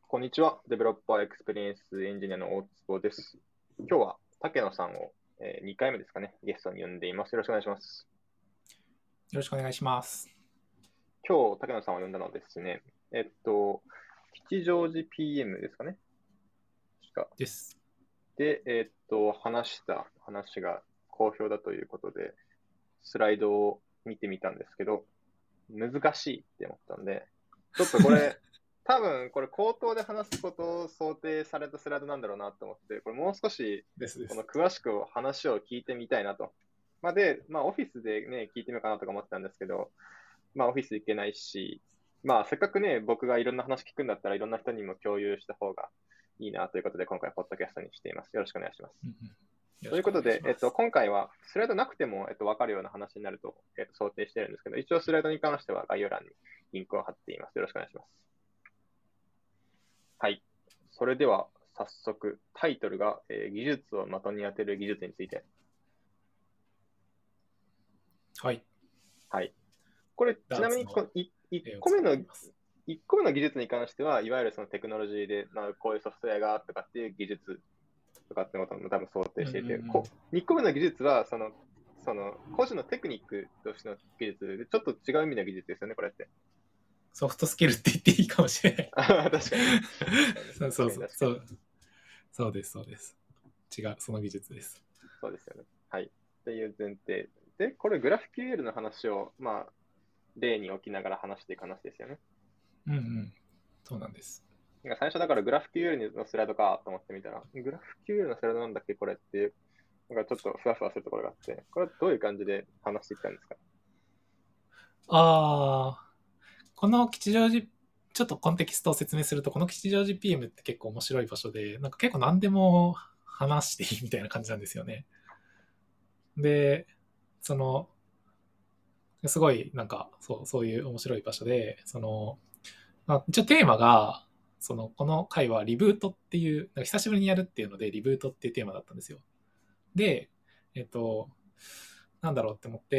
こんにちは。デベロッパーエクスペリエンスエンジニアの大坪です。今日は竹野さんを、2回目ですかね、ゲストに呼んでいます。よろしくお願いします。 よろしくお願いします。 今日、竹野さんを呼んだのはですね、吉祥寺 PM ですかね。 です。 で、話した話が好評だということで、スライドを見てみたんですけど、難しいって思ったんで、ちょっとこれ、多分これ口頭で話すことを想定されたスライドなんだろうなと思って、これもう少しこの詳しく話を聞いてみたいなと。で、オフィスでね、聞いてみようかなとか思ってたんですけど、オフィス行けないし、せっかくね、僕がいろんな話聞くんだったらいろんな人にも共有した方がいいなということで、今回ポッドキャストにしています。よろしくお願いします。ということで、今回はスライドなくても、分かるような話になると、想定しているんですけど、一応スライドに関しては概要欄にリンクを貼っています。よろしくお願いします。はい。それでは、早速、タイトルが、技術を的に当てる技術について。 はい。 はい。これ、ちなみに1個目の技術に関しては、いわゆるそのテクノロジーで、こういうソフトウェアがとかっていう技術とかってことも多分想定していて、2個目の技術は、その個人のテクニックとしての技術で、ちょっと違う意味の技術ですよね、これって。 ソフトスキルって言っていいかもしれない。 確かに。 そうです。違う、その技術です。 そうですよね。はい。っていう前提。で、これグラフ QL の話を、例に置きながら話していく話ですよね。 そうなんです。 最初だからグラフ QL のスライドかと思ってみたら、グラフ QL のスライドなんだっけこれっていう、なんかちょっとふわふわするところがあって、これはどういう感じで話していったんですか？ この吉祥寺、ちょっとコンテキストを説明すると、この吉祥寺 PM って結構面白い場所で、なんか結構何でも話していいみたいな感じなんですよね。で、すごいなんかそういう面白い場所で、一応テーマが、この回はリブートっていう、なんか久しぶりにやるっていうので、リブートっていうテーマだったんですよ。で、なんだろうって思って、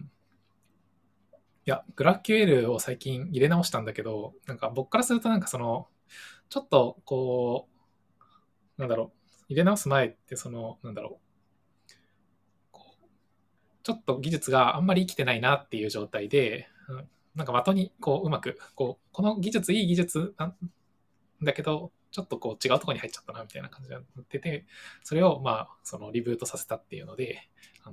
いや、グラフ QL を最近入れ直したんだけど、なんか僕からするとなんかちょっとこう、入れ直す前って、ちょっと技術があんまり生きてないなっていう状態で、なんか的にこううまくこの技術いい技術なんだけど、ちょっとこう違うところに入っちゃったなみたいな感じになってて、それをそのリブートさせたっていうので、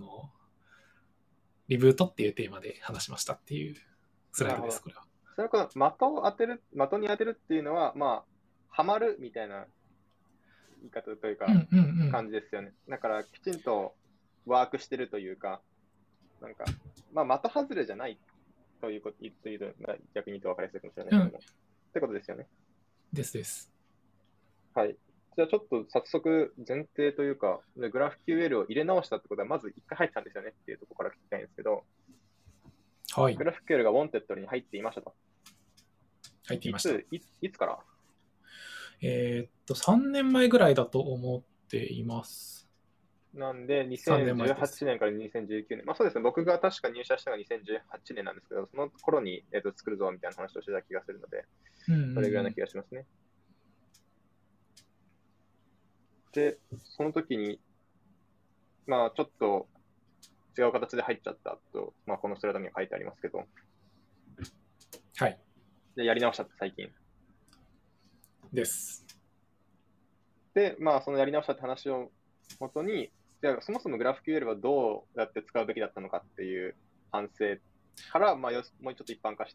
リブートっていうテーマで話しましたっていうスライドです、これは。 それはこの的に当てるっていうのは、ハマるみたいな言い方というか、感じですよね。だから、きちんとワークしてるというか、なんか、的外れじゃないということ言っているのが逆に言うと分かりやすいかもしれないけども、ってことですよね。 です。 はい。じゃあちょっと早速前提というか、グラフ QL を入れ直したってことは、まず一回入ったんですよねっていうところから聞きたいんですけど、 はい。 グラフ QL が Wanted に入っていましたと。 入っていました。 いつから？ 3年前ぐらいだと思っています。 なんで、2018年から2019年。そうですね。僕が確か入社したのが2018年なんですけど、その頃に、作るぞみたいな話をしてた気がするので、それぐらいな気がしますね。で、その時に、ちょっと違う形で入っちゃったと、このスライドには書いてありますけど、 はい。 で、やり直したって最近。 です。 で、そのやり直したって話をもとに、じゃあそもそもグラフ QL はどうやって使うべきだったのかっていう反省から、もうちょっと一般化して、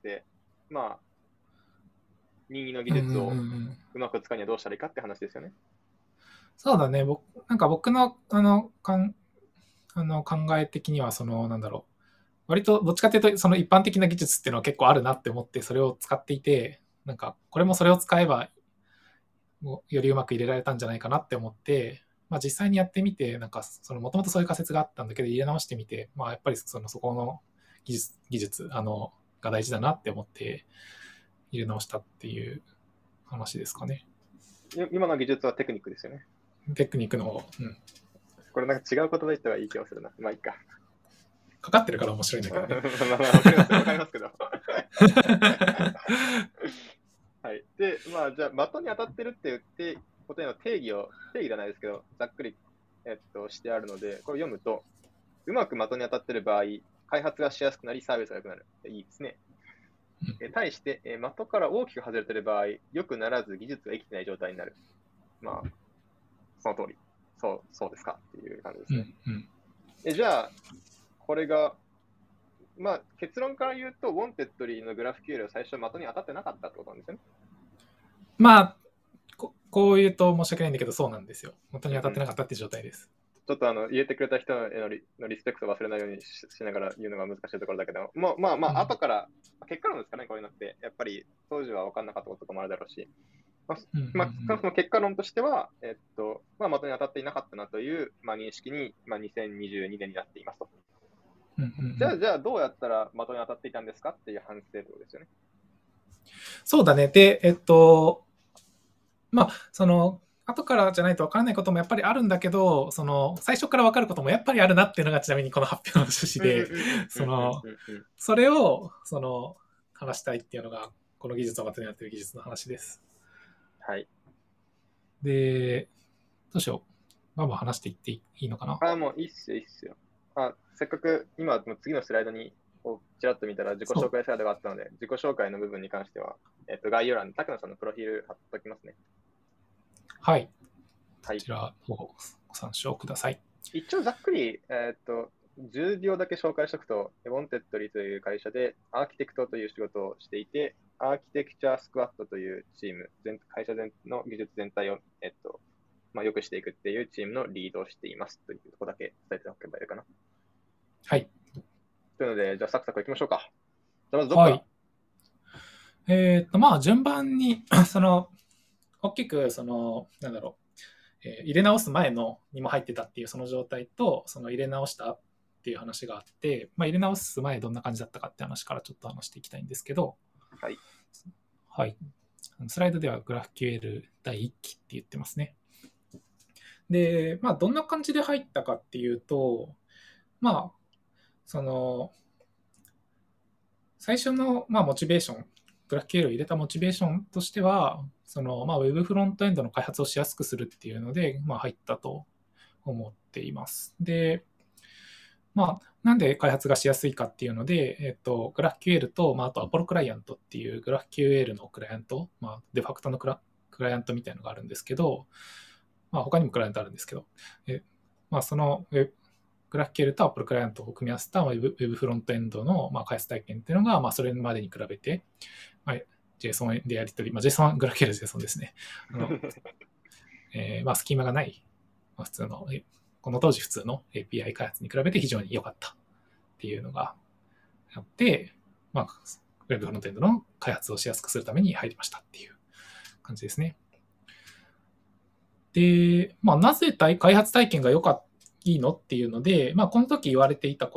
任意の技術をうまく使うにはどうしたらいいかって話ですよね。 そうだね。なんか僕の考え的には割とどっちかというとその一般的な技術っていうのは結構あるなって思ってそれを使っていて、なんかこれもそれを使えばよりうまく入れられたんじゃないかなって思って、実際にやってみて、なんかもともとそういう仮説があったんだけど入れ直してみて、やっぱりそこの技術が大事だなって思って入れ直したっていう話ですかね。 今の技術はテクニックですよね。 テクニックの方。 これなんか違う言葉言ったらいい気がするな。いいか。 かかってるから面白いんだけどね。 わかりますけど。はい。 で、まあ、じゃあ、的に当たってるって言ってことへの定義ではないですけど、ざっくり、してあるので、これ読むと、うまく的に当たってる場合、開発がしやすくなり、サービスが良くなる。いいですね。対して、的から大きく外れてる場合、良くならず技術が生きてない状態になる。まあ、その通り。そうですかっていう感じですね。じゃあ、これが、まあ、結論から言うと、ウォンテッドリーのグラフ QL は最初的に当たってなかったってことなんですよね。 まあ、こう言うと申し訳ないんだけど、そうなんですよ。的に当たってなかったって状態です。 ちょっと入れてくれた人へのリスペクトを忘れないように しながら言うのが難しいところだけど、まあ、後から、結果論ですかね、こういうのって。やっぱり当時は分かんなかったこととかもあるだろうし、その結果論としては、まあ、的に当たっていなかったなという、まあ、認識に、まあ、2022年になっていますと。じゃあ、どうやったら的に当たっていたんですかっていう反省ということですよね。 そうだね。で、まあ、後からじゃないと分からないこともやっぱりあるんだけど、最初から分かることもやっぱりあるなっていうのがちなみにこの発表の趣旨で、それを話したいっていうのが、この技術をまとめやっている技術の話です。 はい。 で、どうしよう。まあ話していっていいのかな。 もういいっすよ。せっかく今、次のスライドにちらっと見たら自己紹介スライドがあったので、自己紹介の部分に関しては、概要欄に竹野さんのプロフィール貼っておきますね。 はい。こちらをご参照ください。 一応ざっくり、10秒だけ紹介しておくと、ウォンテッドリーという会社でアーキテクトという仕事をしていて、アーキテクチャースクワットというチーム、会社の技術全体を、良くしていくっていうチームのリードをしていますというところだけ伝えておけばいいかな。 はい。 というので、じゃあサクサクいきましょうか。じゃあまずどこから、 まあ順番に、大きく、なんだろう、入れ直す前のにも入ってたっていうその状態と、入れ直したっていう話があって、まあ、入れ直す前どんな感じだったかって話からちょっと話していきたいんですけど、 はい。 はい。スライドでは GraphQL 第1期って言ってますね。で、まあ、どんな感じで入ったかっていうと、まあ、最初の、まあ、モチベーション、GraphQL を入れたモチベーションとしては、まあ、Web フロントエンドの開発をしやすくするっていうので、まあ、入ったと思っています。で、まあ、なんで開発がしやすいかっていうので、GraphQL と、まあ、あと Apollo クライアントっていう GraphQL のクライアント、まあ、デファクトのクライアントみたいなのがあるんですけど、まあ、他にもクライアントあるんですけど、まあ、その GraphQL と Apollo クライアントを組み合わせた Web フロントエンドの、まあ、開発体験っていうのが、まあ、それまでに比べて、まあ、JSON でやり取り、まあ、JSON、GraphQL は JSON ですね。まあ、スキーマがない、まあ、普通の、この当時普通の API 開発に比べて非常に良かったっていうのがあって、まあ、Web フロントエンドの開発をしやすくするために入りましたっていう感じですね。で、まあ、なぜ開発体験がいいのっていうので、まあ、この時言われていたこと、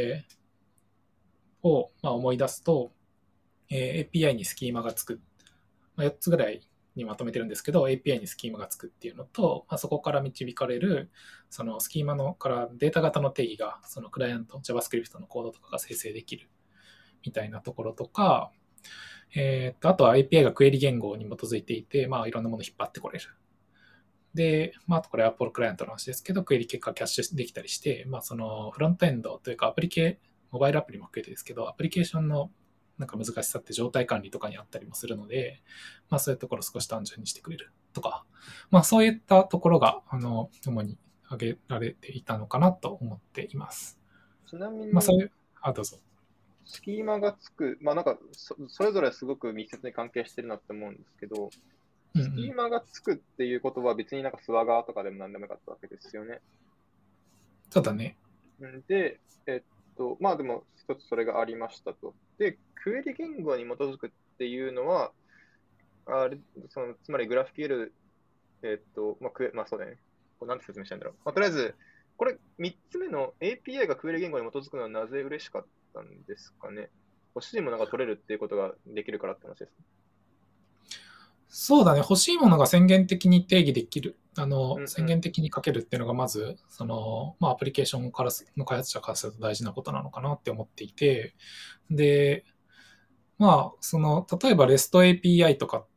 を、まあ、思い出すと、API にスキーマがつく、まあ、4つぐらいにまとめてるんですけど、API にスキーマがつくっていうのと、まあ、そこから導かれる、そのスキーマのからデータ型の定義が、そのクライアント、JavaScript のコードとかが生成できるみたいなところとか、あとは API がクエリ言語に基づいていて、まあ、いろんなものを引っ張ってこれる。で、まあ、あとこれは Apollo クライアントの話ですけど、クエリ結果キャッシュできたりして、まあ、そのフロントエンドというかモバイルアプリも含めてですけど、アプリケーションのなんか難しさって状態管理とかにあったりもするので、まあ、そういうところを少し単純にしてくれるとか、まあ、そういったところが主に挙げられていたのかなと思っています。 ちなみに、 まあ、そういうどうぞ。 スキーマがつく、まあなんかそれぞれすごく密接に関係してるなって思うんですけど、スキーマがつくっていうことは別になんかスワガーとかでも何でもよかったわけですよね。 そうだね。 で、まあでも一つそれがありましたと。で、クエリ言語に基づくっていうのは、つまりグラフ QL、まあそうだね。これなんて説明したんだろう。まあ、とりあえず、これ3つ目の API がクエリ言語に基づくのはなぜ嬉しかったんですかね。欲しいものが取れるっていうことができるからって話です。 そうだね。欲しいものが宣言的に定義できる。宣言的に書けるっていうのがまず、まあ、アプリケーションからの開発者からすると大事なことなのかなって思っていて、で、 まあ、例えば REST API とかって、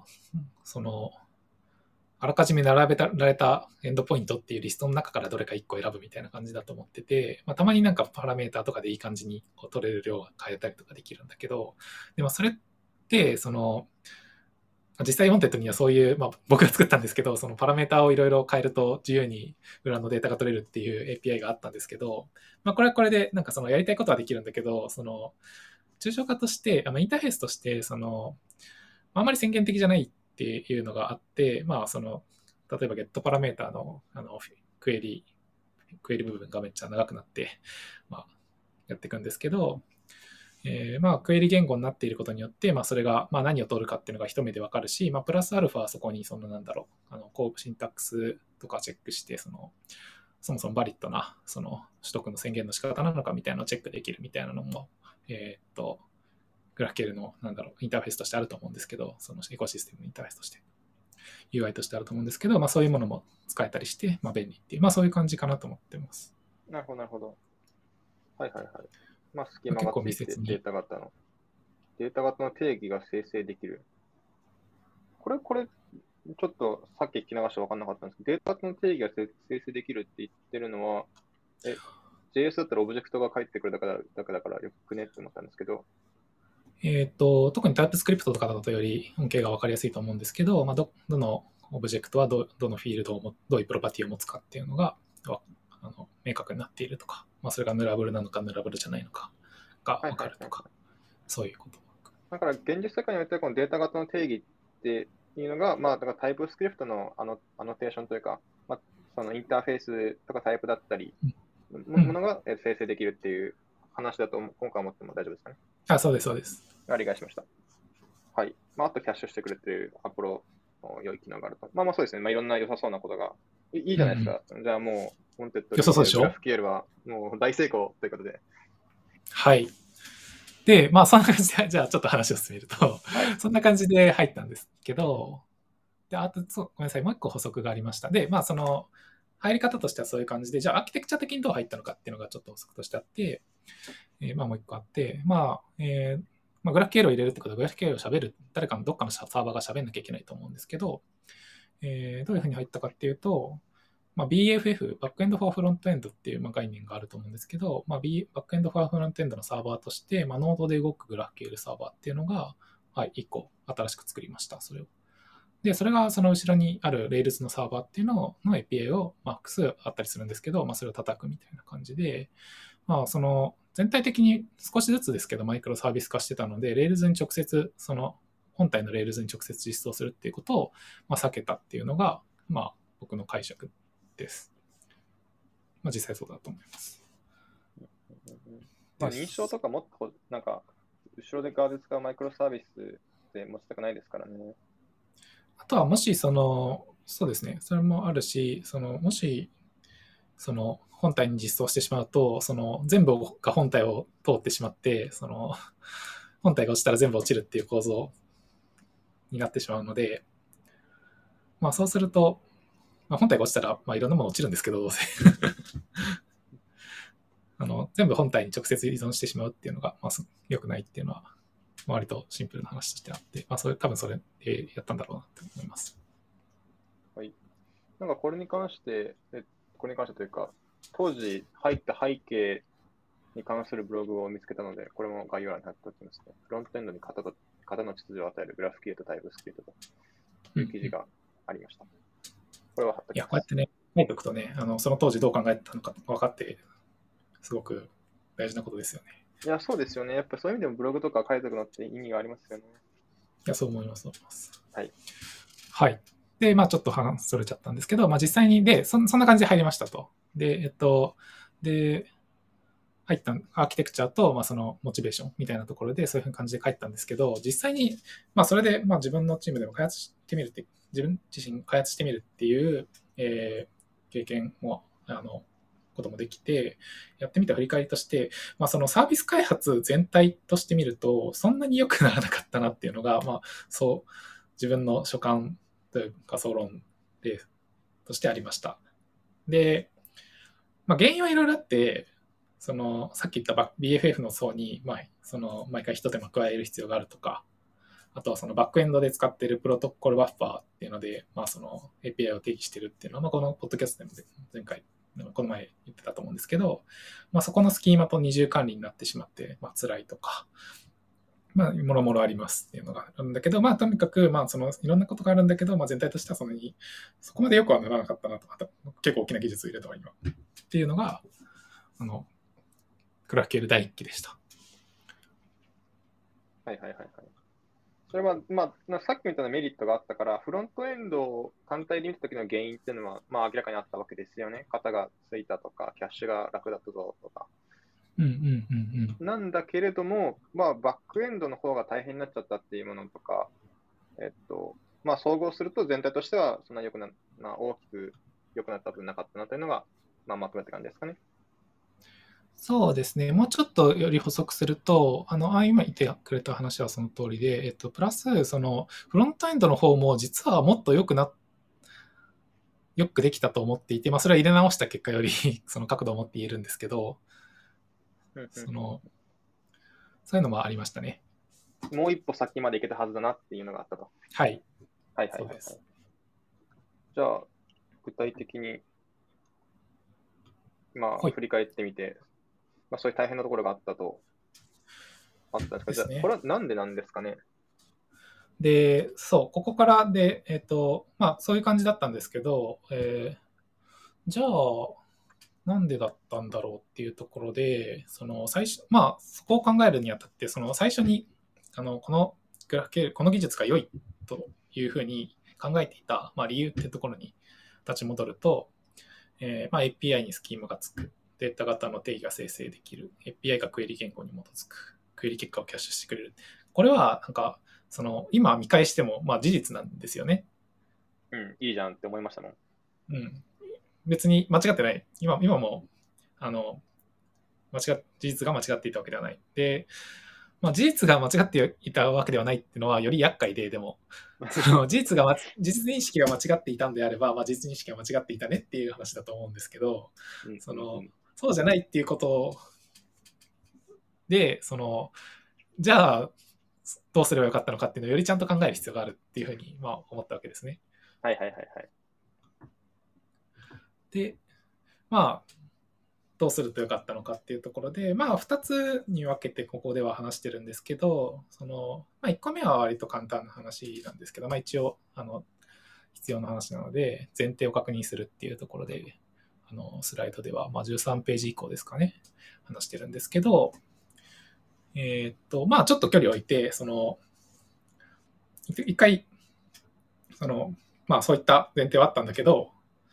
あらかじめ並べられたエンドポイントっていうリストの中からどれか1個選ぶみたいな感じだと思ってて、たまになんかパラメータとかでいい感じにこう取れる量が変えたりとかできるんだけど、でもそれって、実際オンテッドにはそういう、僕が作ったんですけど、そのパラメータをいろいろ変えると自由に裏のデータが取れるっていう API があったんですけど、これはこれでなんかそのやりたいことはできるんだけど、抽象化として、インターフェースとして、あんまり宣言的じゃないっていうのがあって、例えばゲットパラメータのクエリ部分がめっちゃ長くなって、やっていくんですけど、クエリ言語になっていることによって、それが、何を取るかっていうのが一目でわかるし、プラスアルファそこに、シンタックスとかチェックして、そもそもバリッドな、取得の宣言の仕方なのかみたいなのをチェックできるみたいなのも、グラフ QL の、インターフェースとしてあると思うんですけど、そのエコシステムのインターフェースとして、UI としてあると思うんですけど、そういうものも使えたりして、便利っていう、そういう感じかなと思ってます。 なるほど、なるほど。はいはいはい。スキマがついてデータ型の定義が生成できる。これ、ちょっとさっき聞き流して分かんなかったんですけど、データ型の定義が生成できるって言ってるのは、JS だったらオブジェクトが返ってくるだけだからよくねって思ったんですけど。 特にタイプスクリプトとかだとより恩恵が分かりやすいと思うんですけど、どのオブジェクトはどのフィールドをどういうプロパティを持つかっていうのが明確になっているとか、それがヌラブルなのかヌラブルじゃないのかが分かるとか、そういうこと。 だから現実世界においてこのデータ型の定義っていうのが、だからタイプスクリプトのアノテーションというか、そのインターフェースとかタイプだったり、ものが生成できるっていう話だと今回思っても大丈夫ですかね。 そうです、そうです。 理解しました。はい。あとキャッシュしてくれてるアポロの良い機能があると。そうですね。いろんな良さそうなことがいいじゃないですか。じゃあもう、モンテッドでグラフ QL はもう大成功ということで。 はい。で、そんな感じで、じゃあちょっと話を進めると、そんな感じで入ったんですけど、で、あと、ごめんなさい、もう一個補足がありました。で、入り方としてはそういう感じで、じゃあアーキテクチャ的にどう入ったのかっていうのがちょっと補足としてあって、もう一個あって、グラフ QL を入れるってことは、グラフ QL を喋る、誰かのどっかのサーバーが喋んなきゃいけないと思うんですけど、どういうふうに入ったかっていうと、BFF、バックエンドフォーフロントエンドっていう概念があると思うんですけど、バックエンドフォーフロントエンドのサーバーとして、ノードで動くグラフ QL サーバーっていうのが、1個新しく作りました、それを。で、それがその後ろにある Rails のサーバーっていうの API を、複数あったりするんですけど、それを叩くみたいな感じで、全体的に少しずつですけど、マイクロサービス化してたので、Rails に直接、本体の Rails に直接実装するっていうことを、避けたっていうのが、僕の解釈です。実際そうだと思います。 認証とかもっと、なんか、後ろで側で使うマイクロサービスって持ちたくないですからね。 あとは、もしそうですね、それもあるし、もし、本体に実装してしまうと、全部が本体を通ってしまって、本体が落ちたら全部落ちるっていう構造になってしまうので、そうすると、本体が落ちたら、いろんなもの落ちるんですけど、どうせ全部本体に直接依存してしまうっていうのが、良くないっていうのは、割とシンプルな話としてあって、多分それでやったんだろうなって思います。 はい。なんかこれに関してというか、当時入った背景に関するブログを見つけたので、これも概要欄に貼っておきますね。フロントエンドに型の秩序を与えるグラフ QL とタイプスクリプトという記事がありました。これは貼っておきます。 いや、こうやってね、書いておくとね、その当時どう考えたのか分かって、すごく大事なことですよね。 いや、そうですよね。やっぱそういう意味でもブログとか書いておくのって意味がありますよね。 いや、そう思います、 はい。 はい。で、ちょっと話それちゃったんですけど、実際に、で、そんな感じで入りましたと。で、入ったアーキテクチャと、そのモチベーションみたいなところでそういう感じで書いたんですけど、実際に、それで、自分のチームでも開発してみるって、自分自身開発してみるっていう、経験も、こともできて、やってみた振り返りとして、そのサービス開発全体としてみると、そんなに良くならなかったなっていうのが、そう、自分の所感というか、総論例としてありました。で、原因はいろいろあって、さっき言った BFF の層に、 その毎回一手間加える必要があるとか、あとはそのバックエンドで使っているプロトコルバッファーっていうので、まあ、その API を定義してるっていうのは、まあ、このポッドキャストでも前回、この前言ってたと思うんですけど、まあ、そこのスキーマと二重管理になってしまって、まあ辛いとか、まあ、もろもろありますっていうのがあるんだけど、まあ、とにかく、まあ、そのいろんなことがあるんだけど、まあ、全体としてはそこまでよくはならなかったなと、結構大きな技術を入れたわ今っていうのが、クラフケール第1期でした。 はいはいはいはい。それは、まあ、さっきみたいなメリットがあったから、フロントエンドを単体で見たときの原因っていうのは、まあ、明らかにあったわけですよね。型がついたとか、キャッシュが楽だったぞとか。なんだけれども、まあ、バックエンドの方が大変になっちゃったっていうものとか、まあ、総合すると全体としては、そんな大きく良くなった部分なかったなというのが、まあ、まとめって感じですかね。 そうですね。もうちょっとより補足すると、今言ってくれた話はその通りで、プラス、その、フロントエンドの方も実はもっとよくできたと思っていて、まあ、それは入れ直した結果よりその角度を持って言えるんですけど、そういうのもありましたね。 もう一歩先まで行けたはずだなっていうのがあったと。 はい。 はいはいはい、はい。じゃあ、具体的に、まあ、振り返ってみて、まあ、そういう大変なところがあったんですか。じゃあ、これはなんでなんですかね。 で、そう、ここからで、まあ、そういう感じだったんですけど、じゃあ、なんでだったんだろうっていうところで、まあ、そこを考えるにあたって、最初に、このグラフ系、この技術が良いというふうに考えていた、まあ、理由っていうところに立ち戻ると、まあ、API にスキーマがつく、データ型の定義が生成できる、API がクエリ言語に基づく、クエリ結果をキャッシュしてくれる。これは、なんか、今見返しても、まあ、事実なんですよね。 うん、いいじゃんって思いましたもん。 うん。別に間違ってない。今も、事実が間違っていたわけではない。で、まあ、事実が間違っていたわけではないっていうのはより厄介で、でも、事実認識が間違っていたんであれば、まあ、事実認識が間違っていたねっていう話だと思うんですけど、そうじゃないっていうことで、じゃあ、どうすればよかったのかっていうのをよりちゃんと考える必要があるっていうふうに、まあ、思ったわけですね。 はいはいはいはい。 で、まあ、どうするとよかったのかっていうところで、まあ、2つに分けてここでは話してるんですけど、まあ、1個目は割と簡単な話なんですけど、まあ、一応必要な話なので、前提を確認するっていうところで、スライドでは、まあ、13ページ以降ですかね、話してるんですけど、まあ、ちょっと距離を置いて、一回、まあ、そういった前提はあったんだけど、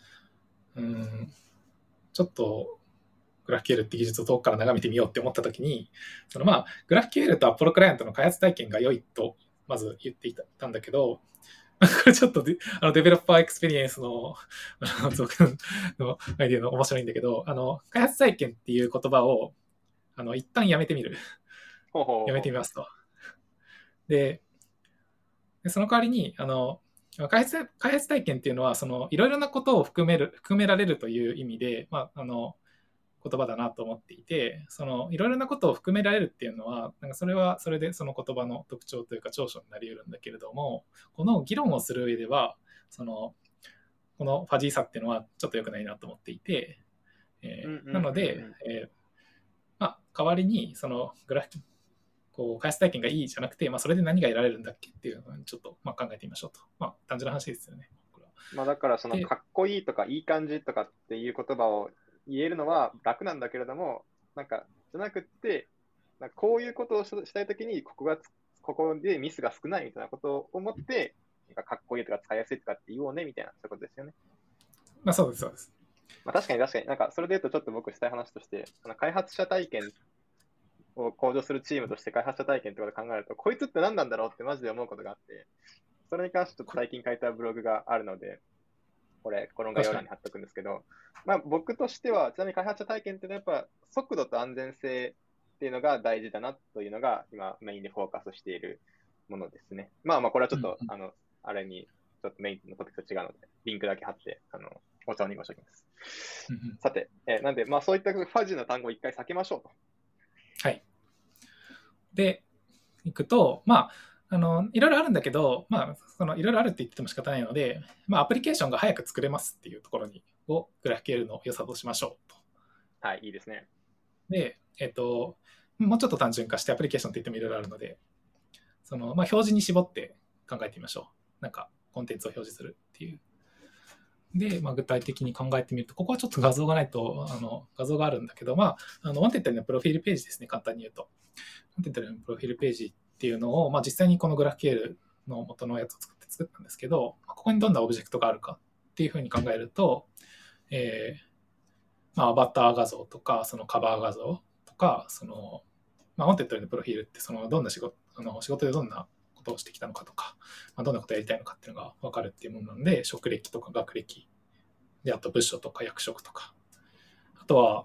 ちょっと、グラフ QL って技術を遠くから眺めてみようって思ったときに、まあ、グラフ QL とアポロクライアントの開発体験が良いと、まず言っていたんだけど、これちょっとデベロッパーエクスペリエンスの続のアイディアの面白いんだけど、開発体験っていう言葉を一旦やめてみる。やめてみますと。でその代わりに開発体験っていうのはいろいろなことを含められるという意味で、まあ、言葉だなと思っていて、いろいろなことを含められるっていうのは、なんかそれはそれでその言葉の特徴というか長所になり得るんだけれども、この議論をする上では、このファジーさっていうのはちょっと良くないなと思っていて、なので、まあ、代わりにグラフ開発体験がいいじゃなくて、まあ、それで何が得られるんだっけっていうのをちょっとまあ考えてみましょうと。まあ、単純な話ですよね。 まあ、だからかっこいいとかいい感じとかっていう言葉を言えるのは楽なんだけれども、じゃなくって、こういうことをしたいときに、ここでミスが少ないみたいなことを思って、かっこいいとか使いやすいとかって言おうねみたいな、そういうことですよね。 まあ、そうです、そうです。 まあ、確かに、それで言うとちょっと僕したい話として、開発者体験を向上するチームとして開発者体験とかで考えると、こいつって何なんだろうってマジで思うことがあって、それに関してちょっと最近書いたブログがあるので、この概要欄に貼っとくんですけど、まあ僕としては、ちなみに開発者体験っていうのはやっぱ速度と安全性っていうのが大事だなというのが今メインでフォーカスしているものですね。まあこれはちょっと、あれにちょっとメインのトピックと違うので、リンクだけ貼って、ご承認ごしておきます。さて、なんで、まあそういったファジーな単語を一回避けましょうと。 はい。 でいくと、いろいろあるんだけど、いろいろあるって言っても仕方ないので、アプリケーションが早く作れますっていうところをグラフ QL の良さとしましょうと。 はい、いいですね。 で、もうちょっと単純化してアプリケーションって言ってもいろいろあるので、表示に絞って考えてみましょう。なんかコンテンツを表示するっていう。で、具体的に考えてみると、ここはちょっと画像がないと、画像があるんだけど、ワンテッドのプロフィールページですね、簡単に言うと。ワンテッドのプロフィールページっていうのを、実際にこのグラフ QL の元のやつを作ったんですけど、ここにどんなオブジェクトがあるかっていうふうに考えると、アバター画像とか、そのカバー画像とか、ワンテッドのプロフィールって、どんな仕事でどんなことをしてきたのかとか、どんなことをやりたいのかっていうのが分かるっていうものなので、職歴とか学歴で、あと部署とか役職とか、あとは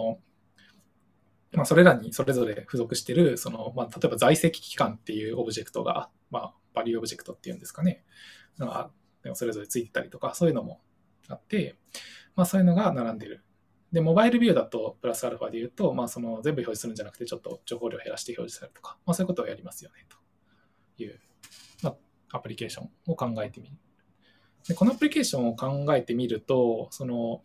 それらにそれぞれ付属している例えば在籍期間っていうオブジェクトが、バリューオブジェクトっていうんですかね、それぞれついてたりとか、そういうのもあって、そういうのが並んでいる。で、モバイルビューだとプラスアルファで言うと、全部表示するんじゃなくて、ちょっと情報量を減らして表示されるとか、そういうことをやりますよねという、アプリケーションを考えてみる。で、このアプリケーションを考えてみると、この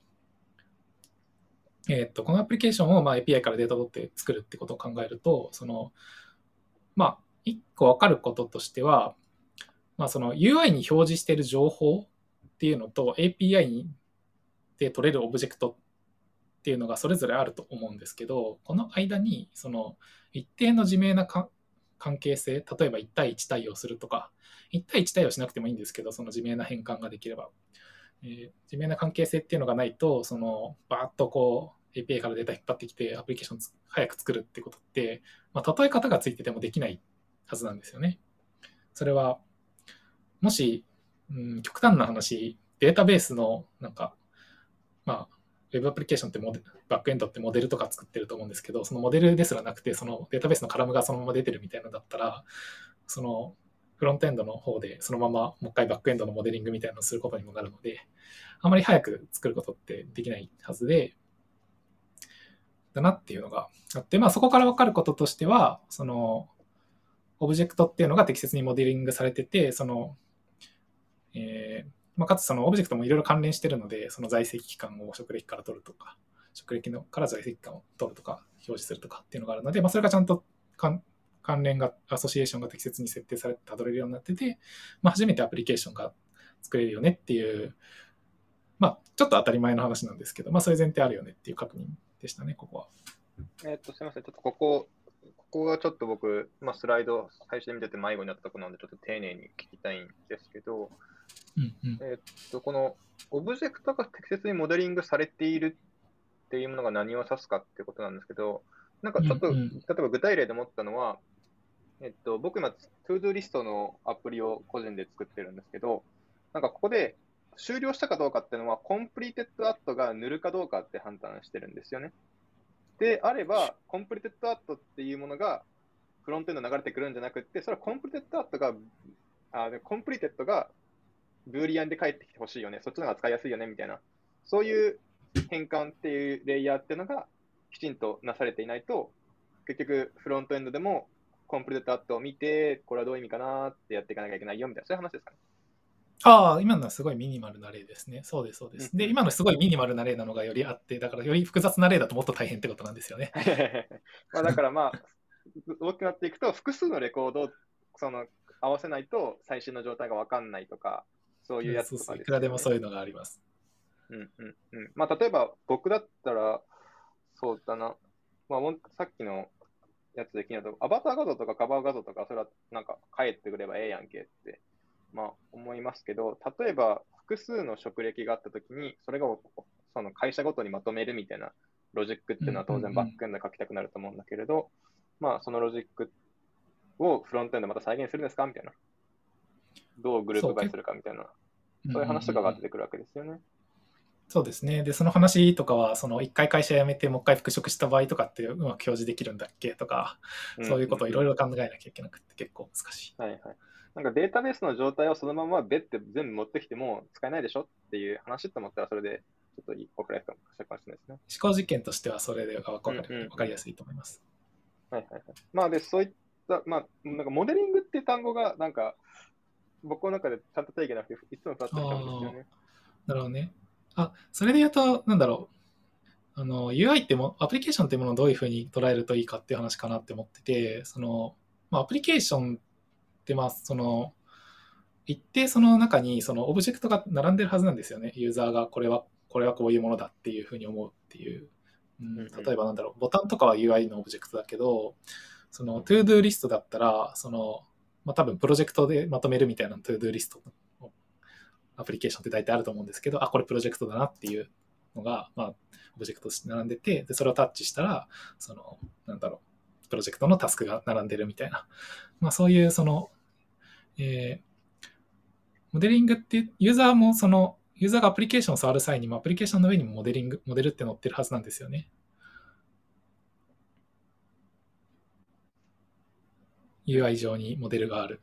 アプリケーションをAPI からデータを取って作るってことを考えると、一個分かることとしては、UI に表示している情報っていうのと API で取れるオブジェクトっていうのがそれぞれあると思うんですけど、この間に一定の自明な関係性、例えば1対1対応するとか、1対1対応しなくてもいいんですけど、その自明な変換ができれば、自明な関係性っていうのがないと、バーッとAPI からデータ引っ張ってきて、アプリケーション早く作るってことって、例え方がついててもできないはずなんですよね。それは、もし、極端な話、データベースの、ウェブアプリケーションってバックエンドってモデルとか作ってると思うんですけど、そのモデルですらなくて、そのデータベースのカラムがそのまま出てるみたいなのだったら、フロントエンドの方でそのままもう一回バックエンドのモデリングみたいなのをすることにもなるので、あまり早く作ることってできないはずで、だなっていうのがあって、そこから分かることとしては、オブジェクトっていうのが適切にモデリングされてて、かつそのオブジェクトもいろいろ関連してるので、その在籍期間を職歴から取るとか、職歴から在籍期間を取るとか、表示するとかっていうのがあるので、それがちゃんと関連が、アソシエーションが適切に設定されてたどれるようになってて、初めてアプリケーションが作れるよねっていう、ちょっと当たり前の話なんですけど、そういう前提あるよねっていう確認でしたね、ここは。 すみません、ちょっとここがちょっと僕、スライド最初に見てて迷子になったところなので、ちょっと丁寧に聞きたいんですけど、このオブジェクトが適切にモデリングされているっていうものが何を指すかってことなんですけど、なんかちょっと、例えば具体例で思ったのは、僕今、トゥードゥリストのアプリを個人で作ってるんですけど、なんかここで終了したかどうかっていうのは、コンプリーテッドアットが塗るかどうかって判断してるんですよね。であれば、コンプリーテッドアットっていうものがフロントエンド流れてくるんじゃなくて、それはコンプリーテッドアットが、コンプリーテッドがブーリアンで返ってきてほしいよね、そっちの方が使いやすいよねみたいな、そういう変換っていうレイヤーっていうのがきちんとなされていないと、結局フロントエンドでもコンプリートアットを見て、これはどういう意味かなってやっていかなきゃいけないよみたいな、そういう話ですかね。 今のはすごいミニマルな例ですね。そうです、そうです。で、今のすごいミニマルな例なのがよりあって、だからより複雑な例だともっと大変ってことなんですよね。 だから大きくなっていくと、複数のレコードを合わせないと最新の状態が分かんないとか、そういうやつとかですよね。 いくらでもそういうのがあります。 例えば僕だったら、そうだな、さっきのやつで気になると、アバター画像とかカバー画像とか、それはなんか返ってくればええやんけって、思いますけど、例えば複数の職歴があったときに、それがその会社ごとにまとめるみたいなロジックっていうのは当然バックエンドで書きたくなると思うんだけれど、そのロジックをフロントエンドまた再現するんですかみたいな。どうグループバイするかみたいな。そういう話とかが出てくるわけですよね。 そうですね。で、その話とかは、一回会社辞めて、もう一回復職した場合とかってうまく表示できるんだっけとか、そういうことをいろいろ考えなきゃいけなくて、結構難しい。 なんかデータベースの状態をそのまま別って全部持ってきても使えないでしょっていう話と思ったら、それでちょっと分かりやすかもしれないですね。 思考実験としてはそれで分かりやすいと思います。 で、そういっまあ、なんかモデリングっていう単語が、なんか、僕の中でちゃんと定義なくて、いつもふわっとしちゃうんですよああ、 ね。 なるほどね。それで言うと、なんだろう。UI ってアプリケーションっていうものをどういうふうに捉えるといいかっていう話かなって思ってて、アプリケーションって、一定その中にそのオブジェクトが並んでるはずなんですよね。ユーザーがこれはこういうものだっていうふうに思うっていう。例えばなんだろう、ボタンとかは UI のオブジェクトだけど、その ToDo リストだったら、多分プロジェクトでまとめるみたいな ToDo リストのアプリケーションって大体あると思うんですけど、これプロジェクトだなっていうのが、オブジェクトとして並んでて、でそれをタッチしたら、なんだろプロジェクトのタスクが並んでるみたいな、そういうモデリングってユーザーもユーザーがアプリケーションを触る際にもアプリケーションの上にもモデルって載ってるはずなんですよね。UI 上にモデルがある。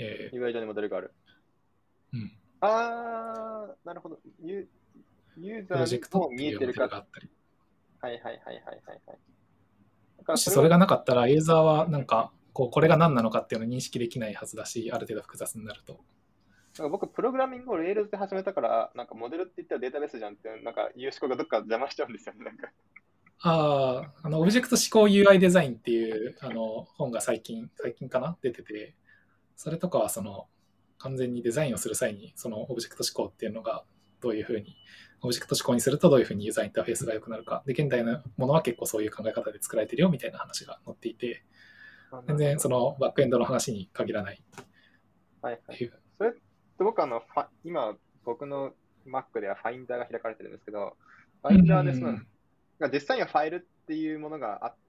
UI 上にモデルがある。 うん、 なるほど。ユーザープロジェクトっにもていうモデル見えてるか。 があったり。 はいはいはいはいはいはい。だからそれを、 もしそれがなかったら、ユーザーはなんか、これが何なのかっていうのを認識できないはずだし、ある程度複雑になると。 なんか僕、プログラミングを Rails で始めたから、なんかモデルって言ったらデータベースじゃんって、なんかいう思考がどっか邪魔しちゃうんですよね。なんかオブジェクト指向 UI デザインっていう本が最近かな出てて、それとかは完全にデザインをする際に、そのオブジェクト指向っていうのがどういうふうに、オブジェクト指向にするとどういうふうにユーザーインターフェースが良くなるか。で、現代のものは結構そういう考え方で作られてるよみたいな話が載っていて、全然そのバックエンドの話に限らないはいはい。 っていう。 それって僕今、僕の Mac では Finder が開かれてるんですけど、Finder で実際にはファイルっていうものがあって、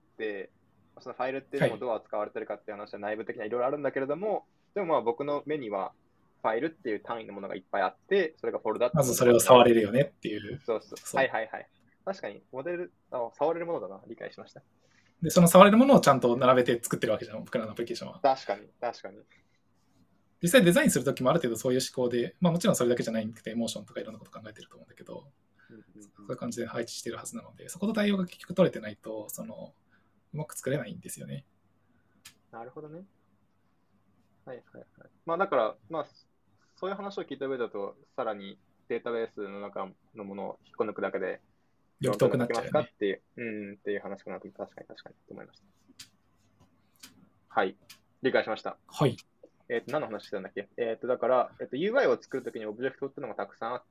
そのファイルっていうのもどう扱われてるかっていう話は内部的にはいろいろあるんだけれども、でもまあ僕の目にはファイルっていう単位のものがいっぱいあって、それがフォルダってまずそれをモデルになる。 触れるよねっていう。 そうそう。 そう。 はいはいはい。確かに、モデル、触れるものだな。理解しました。 で、その触れるものをちゃんと並べて作ってるわけじゃん、僕らのアプリケーションは。 確かに、確かに。 実際デザインするときもある程度そういう思考で、もちろんそれだけじゃないんで、モーションとかいろんなこと考えてると思うんだけど、そういう感じで配置してるはずなので、そこと対応が結局取れてないと、うまく作れないんですよね。 なるほどね。はいはいはい。まあだから、まあ、そういう話を聞いた上だと、さらにデータベースの中のものを引っこ抜くだけで、 より遠くなできますっちゃうよね。 かっていう、っていう話かなと、確かに確かにと思いました。はい。理解しました。 はい。 何の話してたんだっけだから、UI を作るときにオブジェクトっていうのがたくさんあって、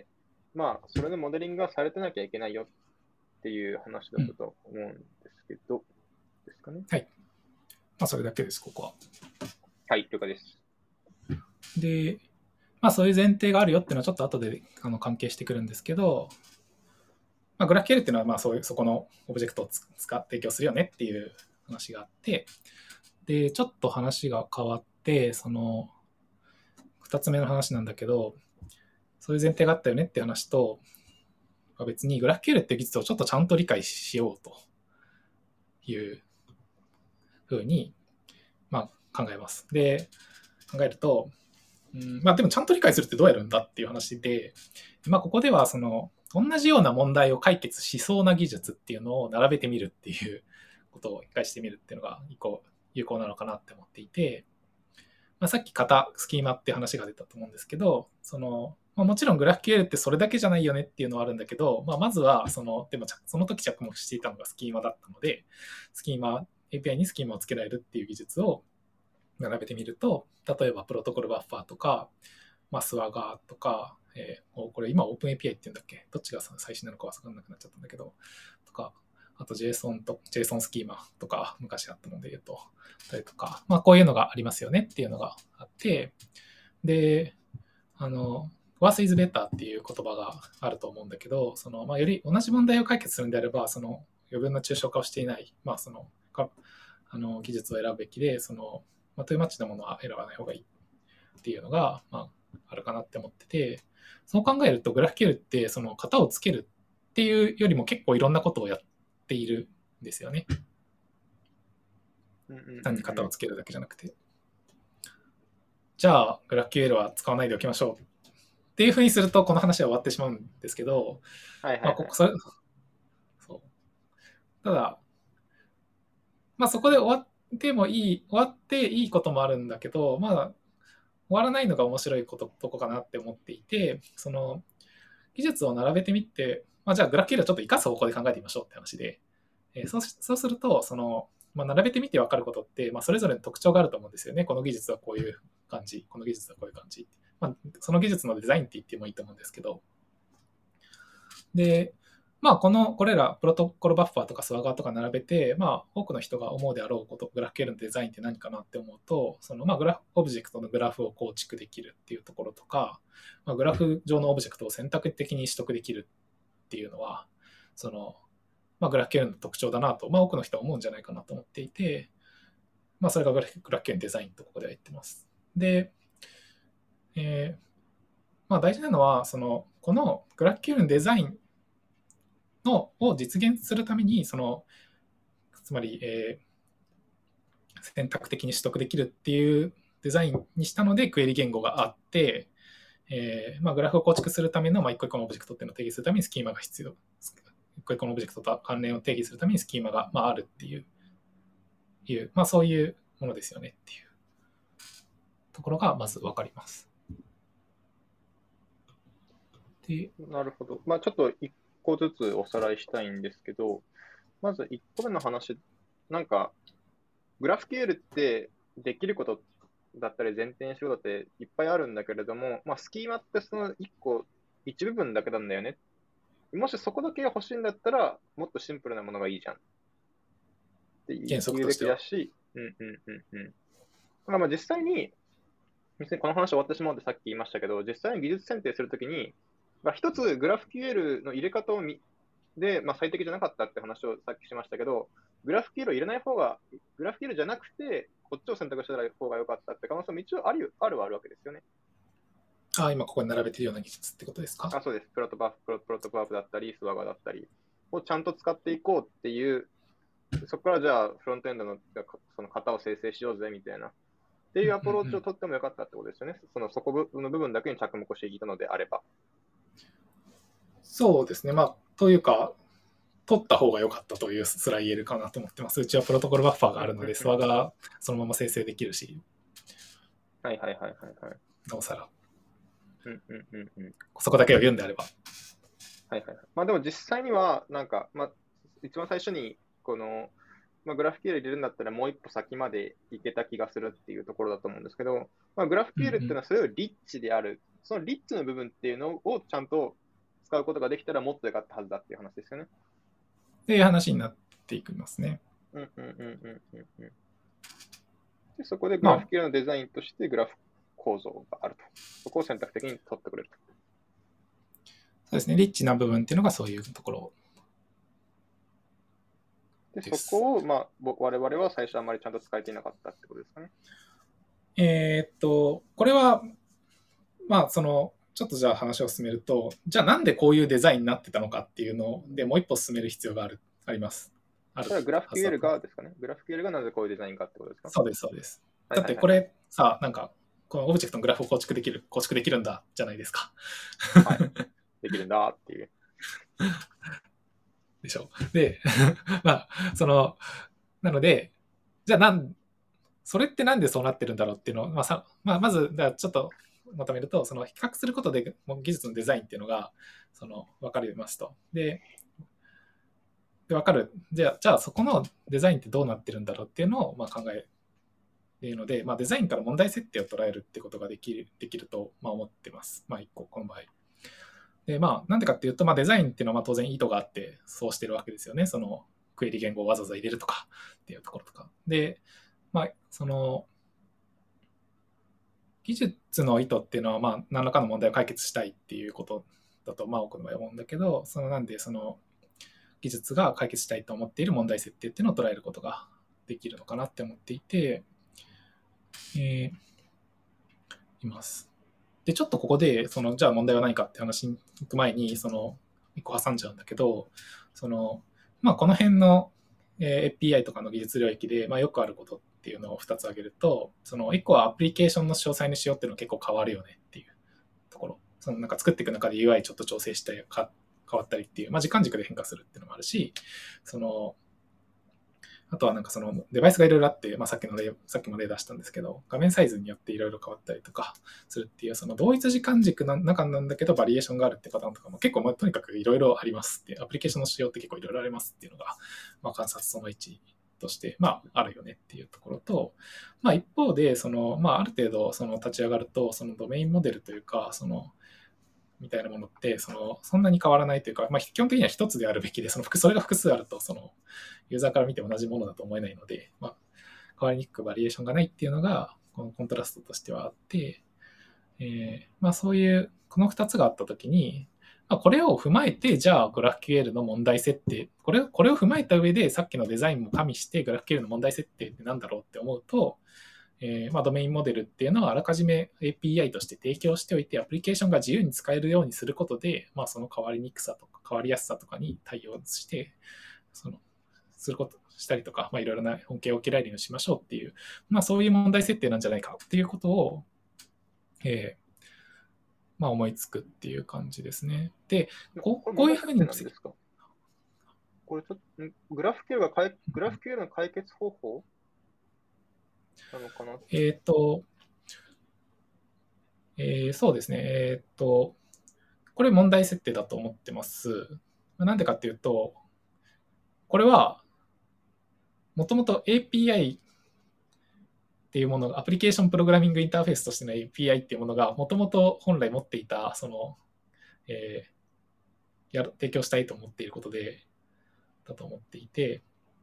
まあ、それのモデリングがされてなきゃいけないよっていう話だったと思うんですけど、ですかね。 はい。それだけです、ここは。 はい、了解です。 で、そういう前提があるよっていうのはちょっと後で関係してくるんですけど、グラフ QL っていうのはそこのオブジェクトを提供するよねっていう話があって、で、ちょっと話が変わって、2つ目の話なんだけど、そういう前提があったよねって話と、別にグラフ QL っていう技術をちょっとちゃんと理解しようというふうに、考えます。で、考えると、でもちゃんと理解するってどうやるんだっていう話で、ここでは同じような問題を解決しそうな技術っていうのを並べてみるっていうことを一回してみるっていうのが一個有効なのかなって思っていて、さっき型スキーマって話が出たと思うんですけど、もちろんグラフ QL ってそれだけじゃないよねっていうのはあるんだけど、まずはでもその時着目していたのがスキーマだったので、API にスキーマをつけられるっていう技術を並べてみると、例えばプロトコルバッファーとか、スワガーとか、これ今 OpenAPI って言うんだっけ、どっちが最新なのか分からなくなっちゃったんだけど、とか、あと JSON スキーマとか昔あったので言うと、とか、こういうのがありますよねっていうのがあって、で、worse is better っていう言葉があると思うんだけど、より同じ問題を解決するんであれば、余分な抽象化をしていない、技術を選ぶべきで、トゥーマッチなものは選ばない方がいいっていうのが、あるかなって思ってて、そう考えるとグラフ QL って型をつけるっていうよりも結構いろんなことをやっているんですよね。単に型をつけるだけじゃなくて。じゃあグラフ QL は使わないでおきましょうっていうふうにするとこの話は終わってしまうんですけど、そうただ、そこで終わでも終わっていいこともあるんだけど、まあ、終わらないのが面白いとこかなって思っていて、その技術を並べてみて、まあ、じゃあグラフ QL をちょっと生かす方向で考えてみましょうって話で、そうすると、並べてみて分かることって、それぞれの特徴があると思うんですよね。この技術はこういう感じ、この技術はこういう感じ。その技術のデザインって言ってもいいと思うんですけど、で、これらプロトコルバッファーとかスワガーとか並べて、多くの人が思うであろうこと、グラフ QL のデザインって何かなって思うと、オブジェクトのグラフを構築できるっていうところとか、グラフ上のオブジェクトを選択的に取得できるっていうのは、グラフ QL の特徴だなと、多くの人は思うんじゃないかなと思っていて、それがグラフ QL のデザインとここでは言ってます。で、大事なのは、このグラフ QL のデザインを実現するために、つまり、選択的に取得できるっていうデザインにしたので、クエリ言語があって、グラフを構築するための、一個一個のオブジェクトっていうのを定義するためにスキーマが必要。一個一個のオブジェクトと関連を定義するためにスキーマが、あるっていう、そういうものですよねっていうところがまず分かります。 でなるほど。ちょっと一個ずつおさらいしたいんですけど、まず1個目の話、なんか、グラフ QL ってできることだったり前提にすることっていっぱいあるんだけれども、スキーマってその一部分だけなんだよね。もしそこだけが欲しいんだったら、もっとシンプルなものがいいじゃんって言うべきだし、実際に、この話終わってしまうってさっき言いましたけど、実際に技術選定するときに、一つグラフ QL の入れ方で、最適じゃなかったって話をさっきしましたけど、グラフ QL を入れない方が、グラフ QL じゃなくて、こっちを選択した方が良かったって可能性も一応あるはあるわけですよね。 今ここに並べてるような技術ってことですか？ そうです。プロトバープだったり、スワガだったりをちゃんと使っていこうっていう、そこからじゃあフロントエンドのその型を生成しようぜみたいな、っていうアプローチを取ってもよかったってことですよね。そこの部分だけに着目していたのであれば。 そうですね。というか、取った方が良かったというすら言えるかなと思ってます。うちはプロトコルバッファーがあるので、スワがそのまま生成できるし。 はい。 なおさら。 うん。 そこだけを言うんであれば。 でも実際には、一番最初に、グラフ QL 入れるんだったらもう一歩先までいけた気がするっていうところだと思うんですけど、グラフ QL っていうのはそれよりリッチである、そのリッチの部分っていうのをちゃんと使うことができたらもっと良かったはずだっていう話ですよね。 っていう話になっていきますね。 でそこでグラフ QL のデザインとしてグラフ構造があると。そこを選択的に取ってくれると。 そうですね。リッチな部分っていうのがそういうところでそこを、我々は最初あまりちゃんと使えていなかったってことですかね。 これは、ちょっとじゃあ話を進めると、じゃあなんでこういうデザインになってたのかっていうのでもう一歩進める必要があります。 それはグラフ QL がですかね。グラフ QL がなぜこういうデザインかってことですか？ そうです。だってこれさ、このオブジェクトのグラフを構築できるんだじゃないですか。 はい。できるんだっていう。 でしょ。で、なので、じゃあそれってなんでそうなってるんだろうっていうのを、まず、ちょっとまとめると、比較することで技術のデザインっていうのが、分かりますと。で、分かる。じゃあそこのデザインってどうなってるんだろうっていうのを考えるので、デザインから問題設定を捉えるってことができると思ってます。一個、この場合。で、なんでかっていうと、デザインっていうのは当然意図があってそうしてるわけですよね。クエリ言語をわざわざ入れるとかっていうところとか。で、技術の意図っていうのは、何らかの問題を解決したいっていうことだと、多くの場合思うんだけど、なんで技術が解決したいと思っている問題設定っていうのを捉えることができるのかなって思っていて、います。で、ちょっとここで、じゃあ問題は何かって話に行く前に、一個挟んじゃうんだけど、この辺の API とかの技術領域で、よくあることっていうのを2つ挙げると、1個はアプリケーションの詳細にしようっていうのは結構変わるよねっていうところ。作っていく中で UI ちょっと調整したり変わったりっていう、時間軸で変化するっていうのもあるし、 あとはなんかそのデバイスがいろいろあって、さっきも例出したんですけど、画面サイズによっていろいろ変わったりとかするっていう、その同一時間軸の中なんだけどバリエーションがあるってパターンとかも結構とにかくいろいろありますっていう、アプリケーションの仕様って結構いろいろありますっていうのが、観察その1として、あるよねっていうところと、一方で、ある程度立ち上がると、そのドメインモデルというか、みたいなものってそんなに変わらないというか、基本的には一つであるべきで、それが複数あるとユーザーから見て同じものだと思えないので、変わりにくくバリエーションがないっていうのがこのコントラストとしてはあって、そういうこの2つがあったときに、これを踏まえて、じゃあ GraphQL の問題設定、これを踏まえた上でさっきのデザインも加味して GraphQL の問題設定ってなんだろうって思うと、ドメインモデルっていうのはあらかじめ API として提供しておいて、アプリケーションが自由に使えるようにすることで、その変わりにくさとか変わりやすさとかに対応して、することしたりとか、いろいろな恩恵を受けられるようにしましょうっていう、そういう問題設定なんじゃないかっていうことを、思いつくっていう感じですね。で、こういうふうに。 これちょっと、グラフ QL の解決方法なのかな。 そうですね。これ問題設定だと思ってます。なんでかっていうと、これは、もともと API っていうものが、アプリケーションプログラミングインターフェースとしての API っていうものが、もともと本来持っていた、提供したいと思っていることで、だと思っていて、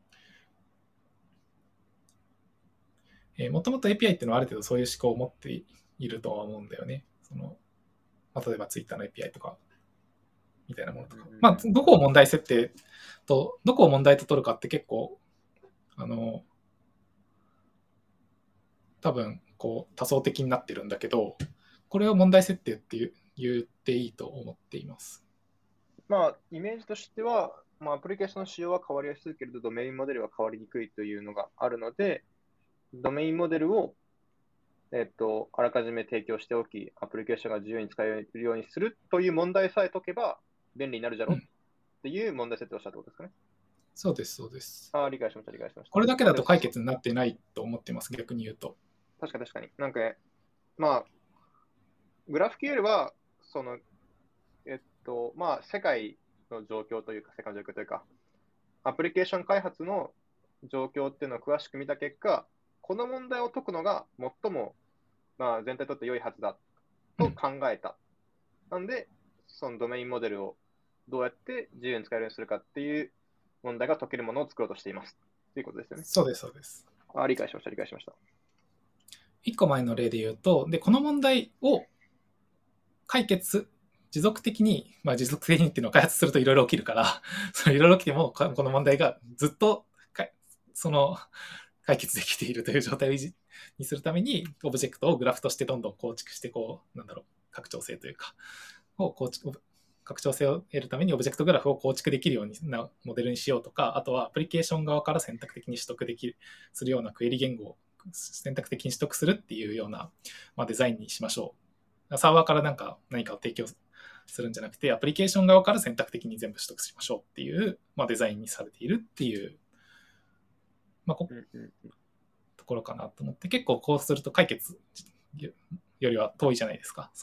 もともと API っていうのはある程度そういう思考を持っているとは思うんだよね。例えば Twitter の API とか、みたいなものとか。どこを問題設定と、どこを問題と取るかって結構、多分、多層的になってるんだけど、これを問題設定って言っていいと思っています。 イメージとしては、アプリケーションの仕様は変わりやすいけれど、ドメインモデルは変わりにくいというのがあるので、ドメインモデルを、あらかじめ提供しておき、アプリケーションが自由に使えるようにするという問題さえ解けば便利になるじゃろっていう問題設定をしたってことですかね。 そうです、そうです。 理解しました、理解しました。 これだけだと解決になってないと思ってます、逆に言うと。 確かに。なんか、グラフ QL は、世界の状況というか、アプリケーション開発の状況っていうのを詳しく見た結果、この問題を解くのが最も、全体にとって良いはずだと考えた。なんで、そのドメインモデルをどうやって自由に使えるようにするかっていう問題が解けるものを作ろうとしています。ということですよね。 そうです、そうです。 理解しました、理解しました。 1個前の例で言うと、で、この問題を解決、持続的にっていうのを開発するといろいろ起きるから、いろいろ起きても、この問題がずっと解決できているという状態を維持にするために、オブジェクトをグラフとしてどんどん構築して、拡張性というか、拡張性を得るためにオブジェクトグラフを構築できるようなモデルにしようとか、あとはアプリケーション側から選択的に取得するようなクエリ言語を選択的に取得するっていうような、デザインにしましょう。サーバーから何かを提供するんじゃなくて、アプリケーション側から選択的に全部取得しましょうっていう、デザインにされているっていう、ところかなと思って、結構こうすると解決よりは遠いじゃないですか。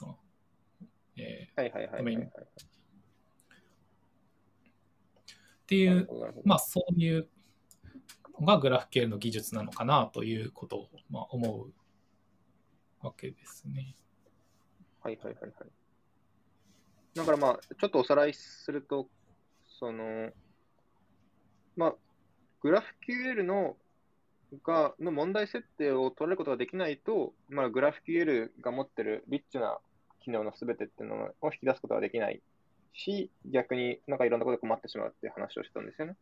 っていう、そういうのがグラフ QL の技術なのかなということを、思うわけですね。 だからちょっとおさらいすると、グラフ QL の問題設定を取れることができないと、グラフ QL が持ってるリッチな機能のすべてっていうのを引き出すことができないし、逆にいろんなことで困ってしまうっていう話をしてたんですよね。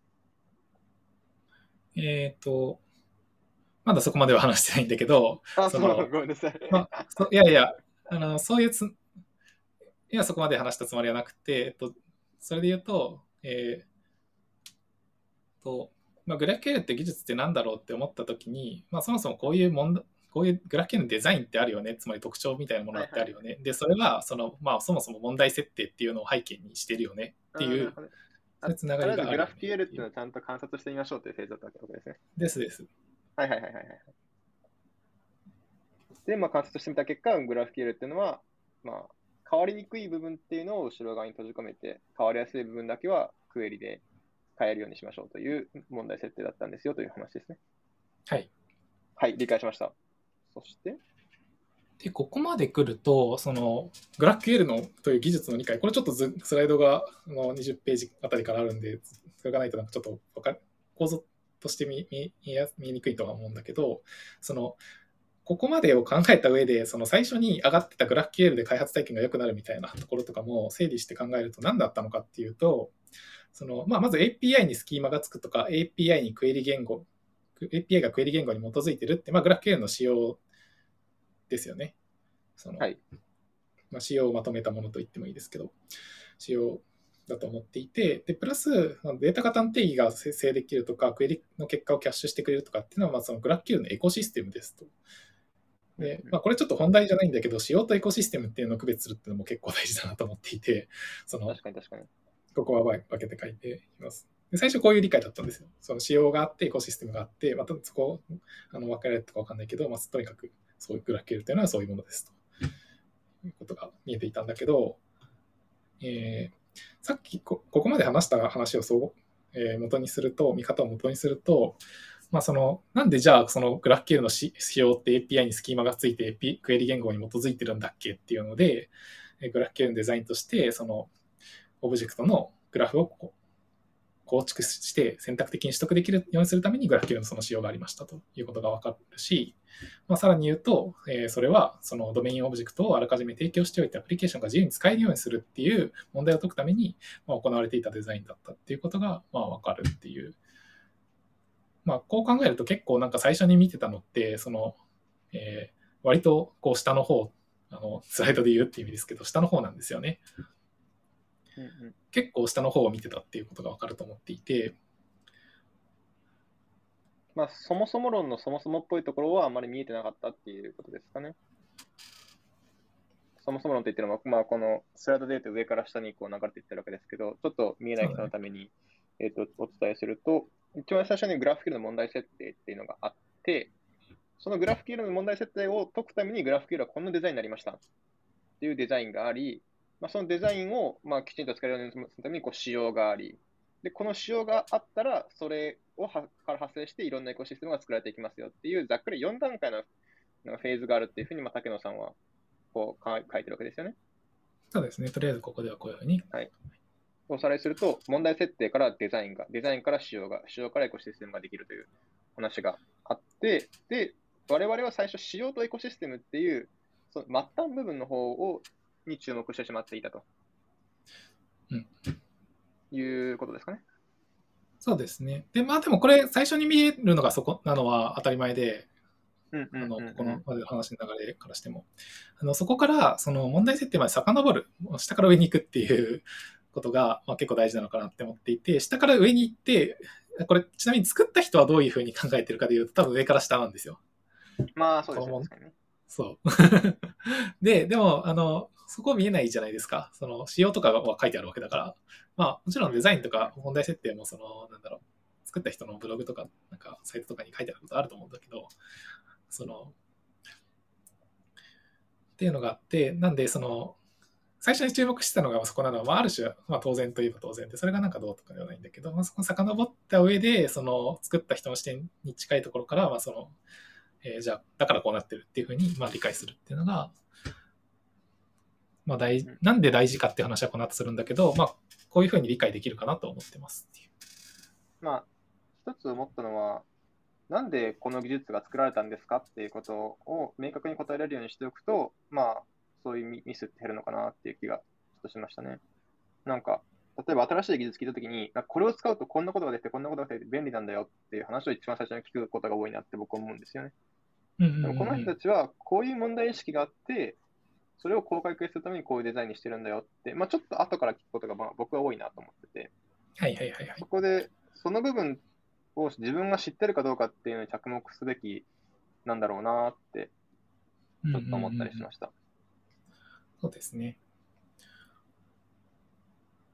まだそこまでは話してないんだけど、 ごめんなさい。 そういう今そこまで話したつもりはなくて、それで言うと、グラフ QL って技術って何だろうって思ったときに、そもそもこういうグラフ QL のデザインってあるよね、つまり特徴みたいなものってあるよね。で、それはそもそも問題設定っていうのを背景にしてるよねっていうそういうつながりがあるよねってい GraphQL っていうのう。 をちゃんと観察してみましょうというフェーズだったわけですね。 ですです。 はいはいはいはいはい。で、観察してみた結果、GraphQL っていうのは、変わりにくい部分っていうのを後ろ側に閉じ込めて、変わりやすい部分だけはクエリで変えるようにしましょうという問題設定だったんですよという話ですね。 はい。 はい、理解しました。そして、 で、ここまで来ると、その、GraphQL のという技術の理解、これちょっとスライドが20ページあたりからあるんで、それがないとなんかちょっと構造として見えにくいとは思うんだけど、その、ここまでを考えた上で、その最初に上がってた GraphQL で開発体験が良くなるみたいなところとかも整理して考えると何だったのかっていうと、そのまず API にスキーマがつくとか、API にクエリ言語、API がクエリ言語に基づいてるって、GraphQL の仕様ですよね。そのはい。 仕様をまとめたものと言ってもいいですけど、仕様だと思っていて、で、プラス、データ型の定義が生成できるとか、クエリの結果をキャッシュしてくれるとかっていうのは、その GraphQL のエコシステムですと。で、これちょっと本題じゃないんだけど、仕様とエコシステムっていうのを区別するっていうのも結構大事だなと思っていて、その、 確かに確かに。 ここは分けて書いています。で最初こういう理解だったんですよ。その仕様があって、エコシステムがあって、またそこ分かれるとか分かんないけど、とにかくそういうグラフケールというのはそういうものですということが見えていたんだけど、さっきここまで話した話を元にすると、見方を元にすると、なんでじゃあそのグラフ QL の仕様って API にスキーマがついてクエリ言語に基づいてるんだっけっていうので、グラフ QL のデザインとしてそのオブジェクトのグラフを構築して選択的に取得できるようにするためにグラフ QL のその仕様がありましたということが分かるし、さらに言うと、それはそのドメインオブジェクトをあらかじめ提供しておいてアプリケーションが自由に使えるようにするっていう問題を解くために、行われていたデザインだったっていうことが、分かるっていう。こう考えると結構なんか最初に見てたのってその、割とこう下の方スライドで言うっていう意味ですけど下の方なんですよね。結構下の方を見てたっていうことが分かると思っていて、 そもそも論のそもそもっぽいところはあまり見えてなかったっていうことですかね。そもそも論と言ってるのは、このスライドで言うと上から下にこう流れていってるわけですけど、ちょっと見えない人のために、お伝えすると、一番最初にグラフ QL の問題設定っていうのがあって、そのグラフ QL の問題設定を解くためにグラフ QL はこんなデザインになりましたっていうデザインがあり、そのデザインをきちんと使えるようにするためにこう仕様があり、で、この仕様があったら、それから派生していろんなエコシステムが作られていきますよっていう、ざっくり4段階のフェーズがあるっていうふうに、竹野さんはこう書いてるわけですよね。 そうですね。とりあえずここではこういうふうに。 はい。おさらいすると、問題設定からデザインが、デザインから仕様が、仕様からエコシステムができるという話があって、で、我々は最初、仕様とエコシステムっていう、その末端部分の方に注目してしまっていたと。いうことですかね。 そうですね。で、でもこれ、最初に見えるのがそこなのは当たり前で、ここの話の流れからしても。そこから、その問題設定まで遡る、下から上に行くっていうことが、結構大事なのかなって思っていて、下から上に行って、これ、ちなみに作った人はどういうふうに考えてるかでいうと、多分上から下なんですよ。 そうですね。確かにね。 そう。でも、そこ見えないじゃないですか。その仕様とかは書いてあるわけだから。もちろんデザインとか問題設定も、作った人のブログとか、なんかサイトとかに書いてあることあると思うんだけど、っていうのがあって、なんで、最初に注目してたのがそこなのは、ある種、当然といえば当然で、それがなんかどうとかではないんだけど、そこ遡った上で、作った人の視点に近いところから、じゃあ、だからこうなってるっていうふうに、理解するっていうのが、なんで大事かっていう話はこの後するんだけど、こういうふうに理解できるかなと思ってますっていう。 一つ思ったのは、なんでこの技術が作られたんですかっていうことを明確に答えられるようにしておくと、そういうミスって減るのかなっていう気がちょっとしましたね。なんか、例えば新しい技術聞いたときに、これを使うとこんなことができて、こんなことができて便利なんだよっていう話を一番最初に聞くことが多いなって僕は思うんですよね。でもこの人たちはこういう問題意識があって、それを公開化するためにこういうデザインにしてるんだよって、ちょっと後から聞くことが僕は多いなと思ってて、そこでその部分を自分が知ってるかどうかっていうのに着目すべきなんだろうなってちょっと思ったりしました。 そうですね。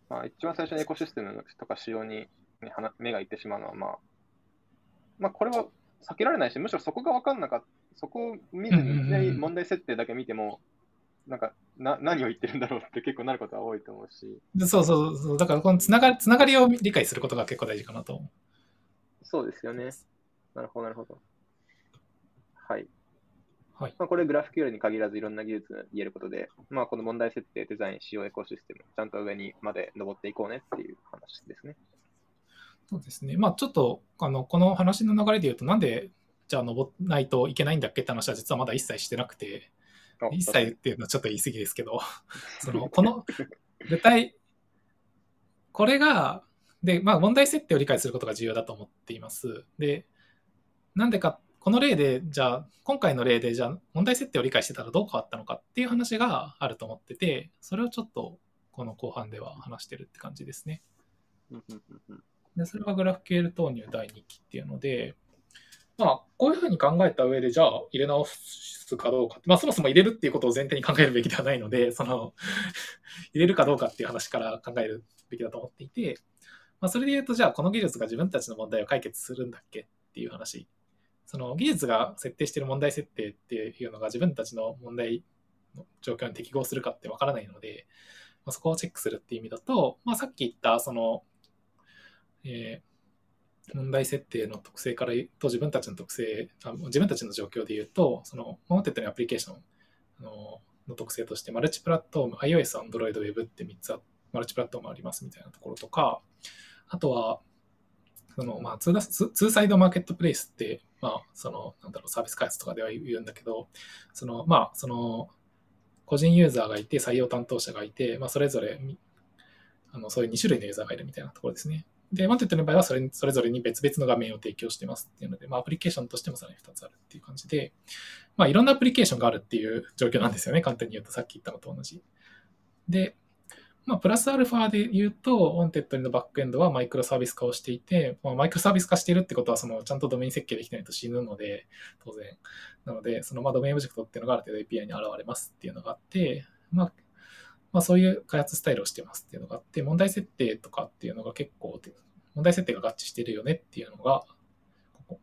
まあ、一番最初にエコシステムとか仕様に目がいってしまうのは、まあ、これは避けられないし、むしろそこが分かんなかった、そこを見うんうんずにいきなりうん問題設定だけ見ても、何を言ってるんだろうって結構なることは多いと思うし、 でそうそうそう。だからこのつながりを理解することが結構大事かなと思そうですよね。 います。 なるほど、なるほど。はい。 はい。 まあ、これグラフ QL に限らずいろんな技術が言えることで、まあ、この問題設定、デザイン、使用エコシステム、ちゃんと上にまで登っていこうねっていう話ですね。 そうですね。まあちょっとこの話の流れで言うと、なんでじゃあ登らないといけないんだっけって話は実はまだ一切してなくて、一確かに。 切っていうのはちょっと言い過ぎですけど、この具体、これが、で、まあ問題設定を理解することが重要だと思っています。で、なんでか、この例で、じゃあ、今回の例で、じゃあ問題設定を理解してたらどう変わったのかっていう話があると思ってて、それをちょっとこの後半では話してるって感じですね。で、それがグラフ QL 投入第2期っていうので、まあ、こういうふうに考えた上で、じゃあ入れ直すかどうか、まあ、そもそも入れるっていうことを前提に考えるべきではないので、入れるかどうかっていう話から考えるべきだと思っていて、まあ、それで言うと、じゃあこの技術が自分たちの問題を解決するんだっけっていう話。その技術が設定している問題設定っていうのが自分たちの問題の状況に適合するかってわからないので、まあ、そこをチェックするっていう意味だと、まあ、さっき言ったえ問題設定の特性から言うと自分たちの特性、自分たちの状況で言うと、モンテッドのアプリケーションの特性として、マルチプラットフォーム、iOS、Android、Web って3つマルチプラットフォームありますみたいなところとか、あとは、まあ、ツーサイドマーケットプレイスって、まあ、サービス開発とかでは言うんだけど、まあ、個人ユーザーがいて、採用担当者がいて、まあ、それぞれ、そういう2種類のユーザーがいるみたいなところですね。で、マンテッドの場合はそれぞれに別々の画面を提供してますっていうので、まあ、アプリケーションとしてもさらに2つあるっていう感じで、まあ、いろんなアプリケーションがあるっていう状況なんですよね。簡単に言うと、さっき言ったのと同じ。で、まあ、プラスアルファで言うと、オンテッドのバックエンドはマイクロサービス化をしていて、まあ、マイクロサービス化しているってことは、ちゃんとドメイン設計できないと死ぬので、当然。なので、ドメインオブジェクトっていうのがある程度 API に現れますっていうのがあって、まあ、そういう開発スタイルをしてますっていうのがあって、問題設定とかっていうのが結構、問題設定が合致しているよねっていうのが、ここ。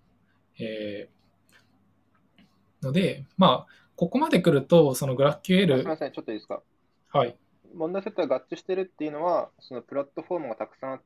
ので、まあ、ここまで来ると、そのグラフ QL。 すみません、ちょっといいですか。 はい。 問題設定が合致してるっていうのは、そのプラットフォームがたくさんあって、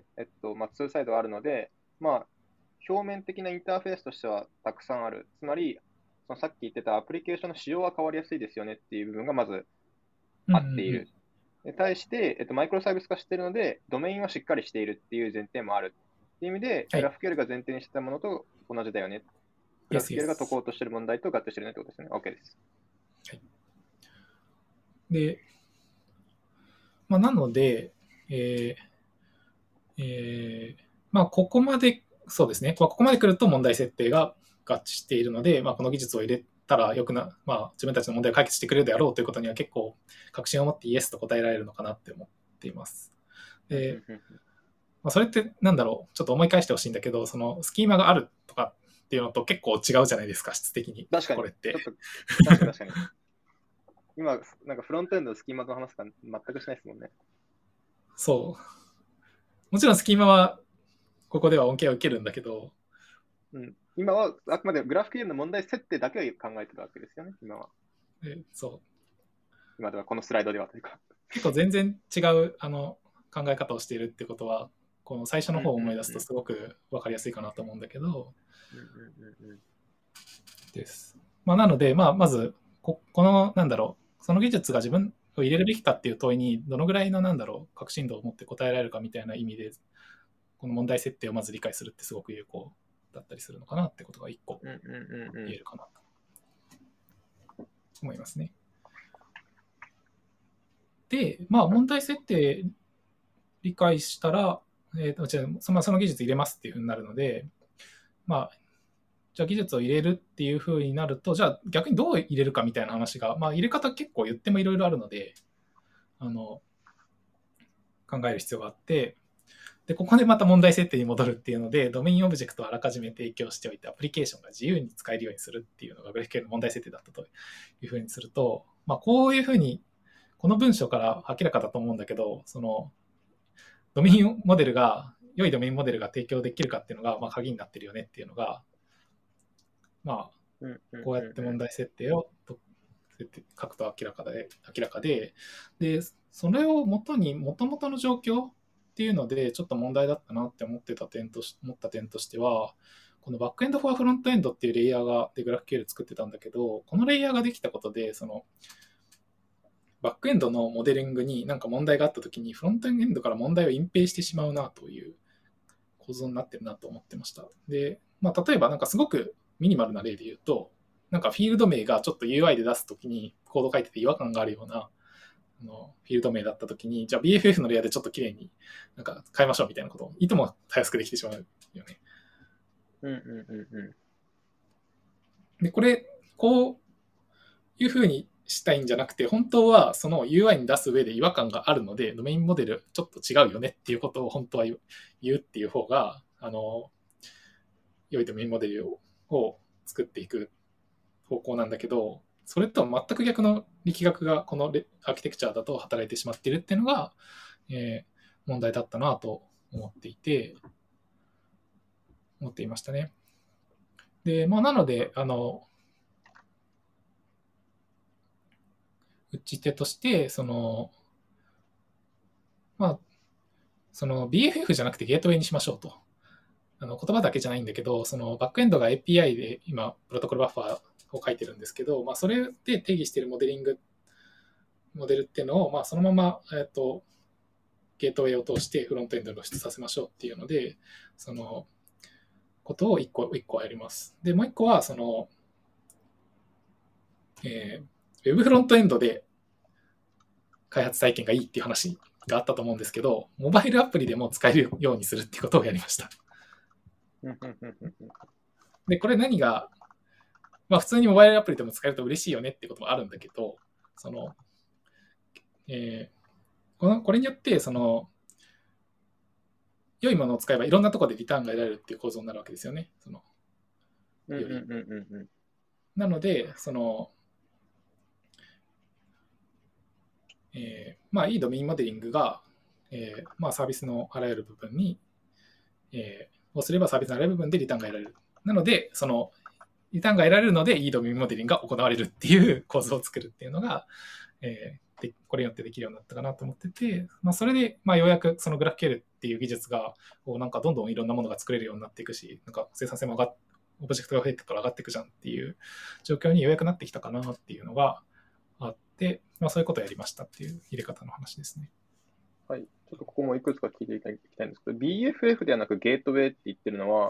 ツーサイドあるので、まあ、表面的なインターフェースとしてはたくさんある。つまり、そのさっき言ってたアプリケーションの仕様は変わりやすいですよねっていう部分がまず合っている。対して、マイクロサービス化しているので、ドメインはしっかりしているっていう前提もある。っていう意味で、 はい。 グラフ QL が前提にしてたものと同じだよね。グラフ QL が解こうとしている問題と合致してるねってことですね。OK です。 はい。で、まあ、なので、まあ、ここまで、そうですね、ここまで来ると問題設定が合致しているので、まあ、この技術を入れたらまあ、自分たちの問題を解決してくれるであろうということには結構確信を持ってイエスと答えられるのかなって思っています。で、まあ、それってなんだろう、ちょっと思い返してほしいんだけど、スキーマがあるとかっていうのと結構違うじゃないですか、質的に。 確かに。 これって。 確かに。今、なんかフロントエンドのスキーマと話すか全くしないですもんね。 そう。もちろんスキーマはここでは恩恵を受けるんだけど、 今はあくまでグラフ QL の問題設定だけを考えてるわけですよね、今は。 そう。 今ではこのスライドではというか。 結構全然違う考え方をしているってことは、この最初の方を思い出すとすごく分かりやすいかなと思うんだけど、です。まあ、なので、まずこの、その技術が自分を入れるべきかっていう問いに、どのぐらいの、確信度を持って答えられるかみたいな意味で、この問題設定をまず理解するってすごく有効だったりするのかなってことが一個言えるかなと思いますね。で、まあ、問題設定理解したら、その技術入れますっていうふうになるので、まあ、じゃあ技術を入れるっていうふうになると、じゃあ逆にどう入れるかみたいな話が、まあ、入れ方結構言ってもいろいろあるので、考える必要があって、で、ここでまた問題設定に戻るっていうので、ドメインオブジェクトをあらかじめ提供しておいて、アプリケーションが自由に使えるようにするっていうのが GraphQL の問題設定だったというふうにすると、まあ、こういうふうに、この文章から明らかだと思うんだけど、 ドメインモデルが、良いドメインモデルが提供できるかっていうのが、まあ、鍵になってるよねっていうのが、まあ、こうやって問題設定を書くと明らかで、で、それをもとに、もともとの状況っていうので、ちょっと問題だったなって思った点としては、このバックエンドフォアフロントエンドっていうレイヤーがでグラフ QL 作ってたんだけど、このレイヤーができたことで、そのバックエンドのモデリングに何か問題があったときに、フロントエンドから問題を隠蔽してしまうなという構造になってるなと思ってました。で、まあ、例えばなんかすごくミニマルな例で言うと、なんかフィールド名がちょっと UI で出すときにコード書いてて違和感があるようなフィールド名だったときに、じゃあ BFF のレイヤーでちょっと綺麗になんか変えましょうみたいなことをいともたやすくできてしまうよね。で、これ、こういうふうにしたいんじゃなくて、本当はその UI に出す上で違和感があるので、ドメインモデルちょっと違うよねっていうことを本当は言うっていう方が、良いドメインモデルを作っていく方向なんだけど、それとは全く逆の力学がこのアーキテクチャだと働いてしまっているっていうのが、問題だったなと思っていましたね。で、まあ、なので、打ち手として、まあ、BFF じゃなくてゲートウェイにしましょうと。言葉だけじゃないんだけど、そのバックエンドが API で今、プロトコルバッファーを書いてるんですけど、まあ、それで定義しているモデルっていうのを、まあ、そのまま、ゲートウェイを通してフロントエンドに露出させましょうっていうので、そのことを1個やります。で、もう1個は、ウェブフロントエンドで開発体験がいいっていう話があったと思うんですけど、モバイルアプリでも使えるようにするっていうことをやりました。で、これ何が、まあ普通にモバイルアプリでも使えると嬉しいよねってこともあるんだけど、これによって、良いものを使えばいろんなところでリターンが得られるっていう構造になるわけですよね。なので、まあいいドメインモデリングが、まあサービスのあらゆる部分に、をすればサービスのあらゆる部分でリターンが得られる。なので、リターンが得られるので、いいドメインモデリングが行われるっていう構造を作るっていうのが、これによってできるようになったかなと思ってて、まあ、それで、まあ、ようやくそのグラフ QL っていう技術が、なんかどんどんいろんなものが作れるようになっていくし、なんか生産性もオブジェクトが増えてから上がっていくじゃんっていう状況にようやくなってきたかなっていうのがあって、まあ、そういうことをやりましたっていう入れ方の話ですね。 はい。ちょっとここもいくつか聞いていきたいんですけど、BFF ではなくゲートウェイって言ってるのは、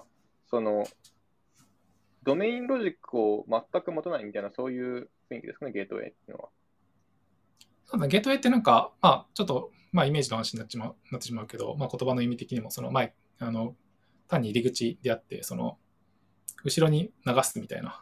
ドメインロジックを全く持たないみたいな、そういう雰囲気ですかね、ゲートウェイっていうのは。 そうだ、ゲートウェイってなんか、まあ、ちょっと、まあ、イメージの話になってしまうけど、まあ、言葉の意味的にも、単に入り口であって、後ろに流すみたいな。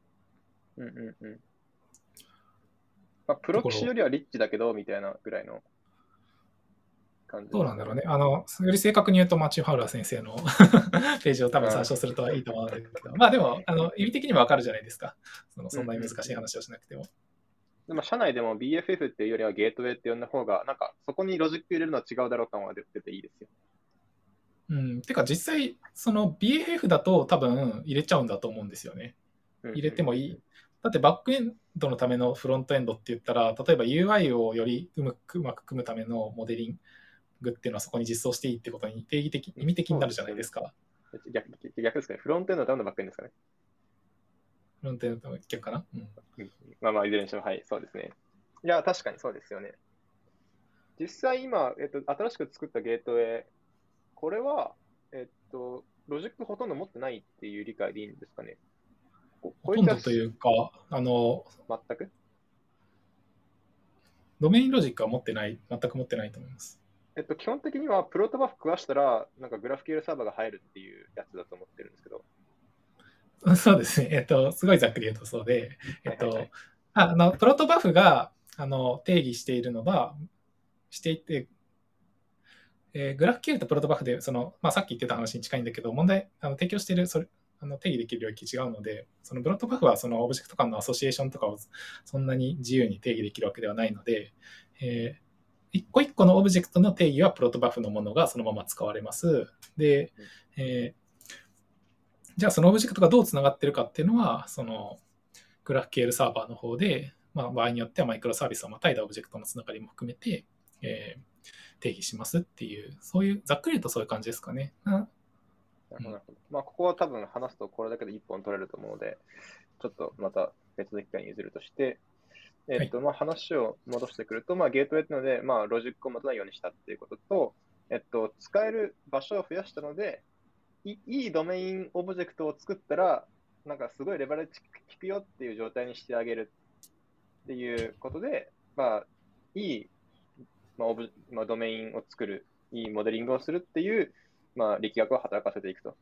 まあ、プロキシよりはリッチだけど、みたいなぐらいの感じ。 どうなんだろうね。より正確に言うと、マチュー・ハウラー先生のページを多分参照するといいと思うんだけど、まあでも、意味的にもわかるじゃないですか。そんなに難しい話をしなくても。 でも社内でも BFF っていうよりはゲートウェイって呼んだ方が、なんかそこにロジック入れるのは違うだろう感は出てていいですよ。 てか実際、BFF だと多分入れちゃうんだと思うんですよね。入れてもいい。だってバックエンドのためのフロントエンドって言ったら、例えば UI をよりうまく組むためのモデリングっていうのはそこに実装していいってことに意味的になるじゃないですか。 逆ですかね。フロントエンドのためのバックエンドですかね。 フロントエンドの逆かな、 まあまあ、いずれにしても、はい、そうですね。いや、確かにそうですよね。実際今、新しく作ったゲートウェイ、これは、ロジックほとんど持ってないっていう理解でいいんですかね。 ほとんどというか、 全くドメインロジックは全く持ってないと思います。 基本的にはプロトバフ食わしたら、なんかグラフ QL サーバーが入るっていうやつだと思ってるんですけど。 そうですね。すごいざっくり言うとそうで、プロトバフが定義しているのは、していて、グラフ QL とプロトバフで、まあ、さっき言ってた話に近いんだけど、提供している定義できる領域違うので、プロトバフはオブジェクト間のアソシエーションとかをそんなに自由に定義できるわけではないので、 一個一個のオブジェクトの定義はプロトバフのものがそのまま使われます。で、じゃあそのオブジェクトがどうつながってるかっていうのは、そのGraphQL サーバーの方で、場合によってはマイクロサービスをまたいだオブジェクトのつながりも含めて、定義しますっていう、そういう、ざっくり言うとそういう感じですかね。 なるほど。ここは多分話すとこれだけで1本取れると思うので、ちょっとまた別の機会に譲るとして、話を戻してくると、ゲートウェイというので、ロジックを持たないようにしたっていうことと、使える場所を増やしたので、いいドメインオブジェクトを作ったら、なんかすごいレバレッジ効くよっていう状態にしてあげるっていうことで、いい、ドメインを作る、いいモデリングをするっていう、力学を働かせていくと。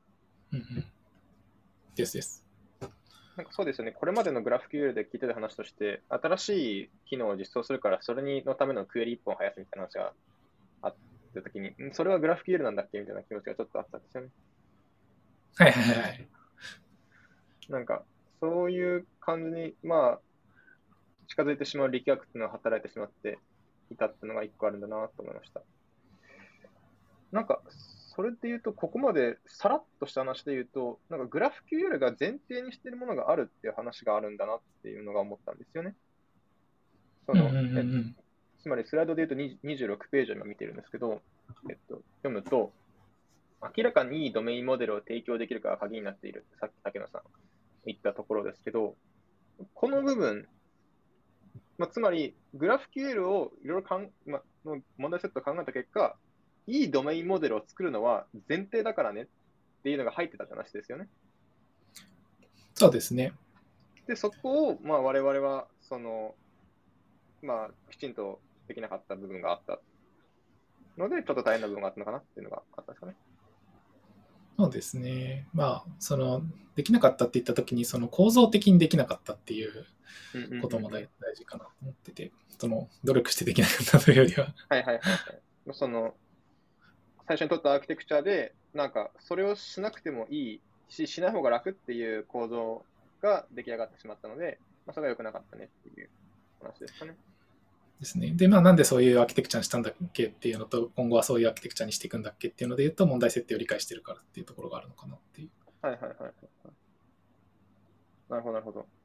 です。 なんかそうですよね。これまでの GraphQL で聞いてた話として、新しい機能を実装するから、それのためのクエリ1本生やすみたいな話があったときに、それは GraphQL なんだっけみたいな気持ちがちょっとあったんですよね。 はいはいはい。 なんか、そういう感じに、近づいてしまう力学っていうのは働いてしまっていたっていうのが一個あるんだなと思いました。なんか、それで言うと、ここまでさらっとした話で言うと、なんか GraphQL が前提にしているものがあるっていう話があるんだなっていうのが思ったんですよね。つまりスライドで言うと26ページを今見てるんですけど、読むと、明らかにいいドメインモデルを提供できるかが鍵になっている。さっき竹野さん言ったところですけど、この部分、つまり、GraphQL をいろいろの問題セットを考えた結果、いいドメインモデルを作るのは前提だからねっていうのが入ってたって話ですよね。 そうですね。 で、そこを、我々は、きちんとできなかった部分があったので、ちょっと大変な部分があったのかなっていうのがあったんですかね。 そうですね。できなかったって言ったときに、その構造的にできなかったっていうことも大事かなと思ってて、努力してできなかったというよりは。 最初に取ったアーキテクチャで、なんか、それをしなくてもいいし、しない方が楽っていう構造が出来上がってしまったので、それが良くなかったねっていう話ですかね。 ですね。で、なんでそういうアーキテクチャにしたんだっけっていうのと、今後はそういうアーキテクチャにしていくんだっけっていうので言うと、問題設定を理解してるからっていうところがあるのかなっていう。 はい。なるほど、なるほど。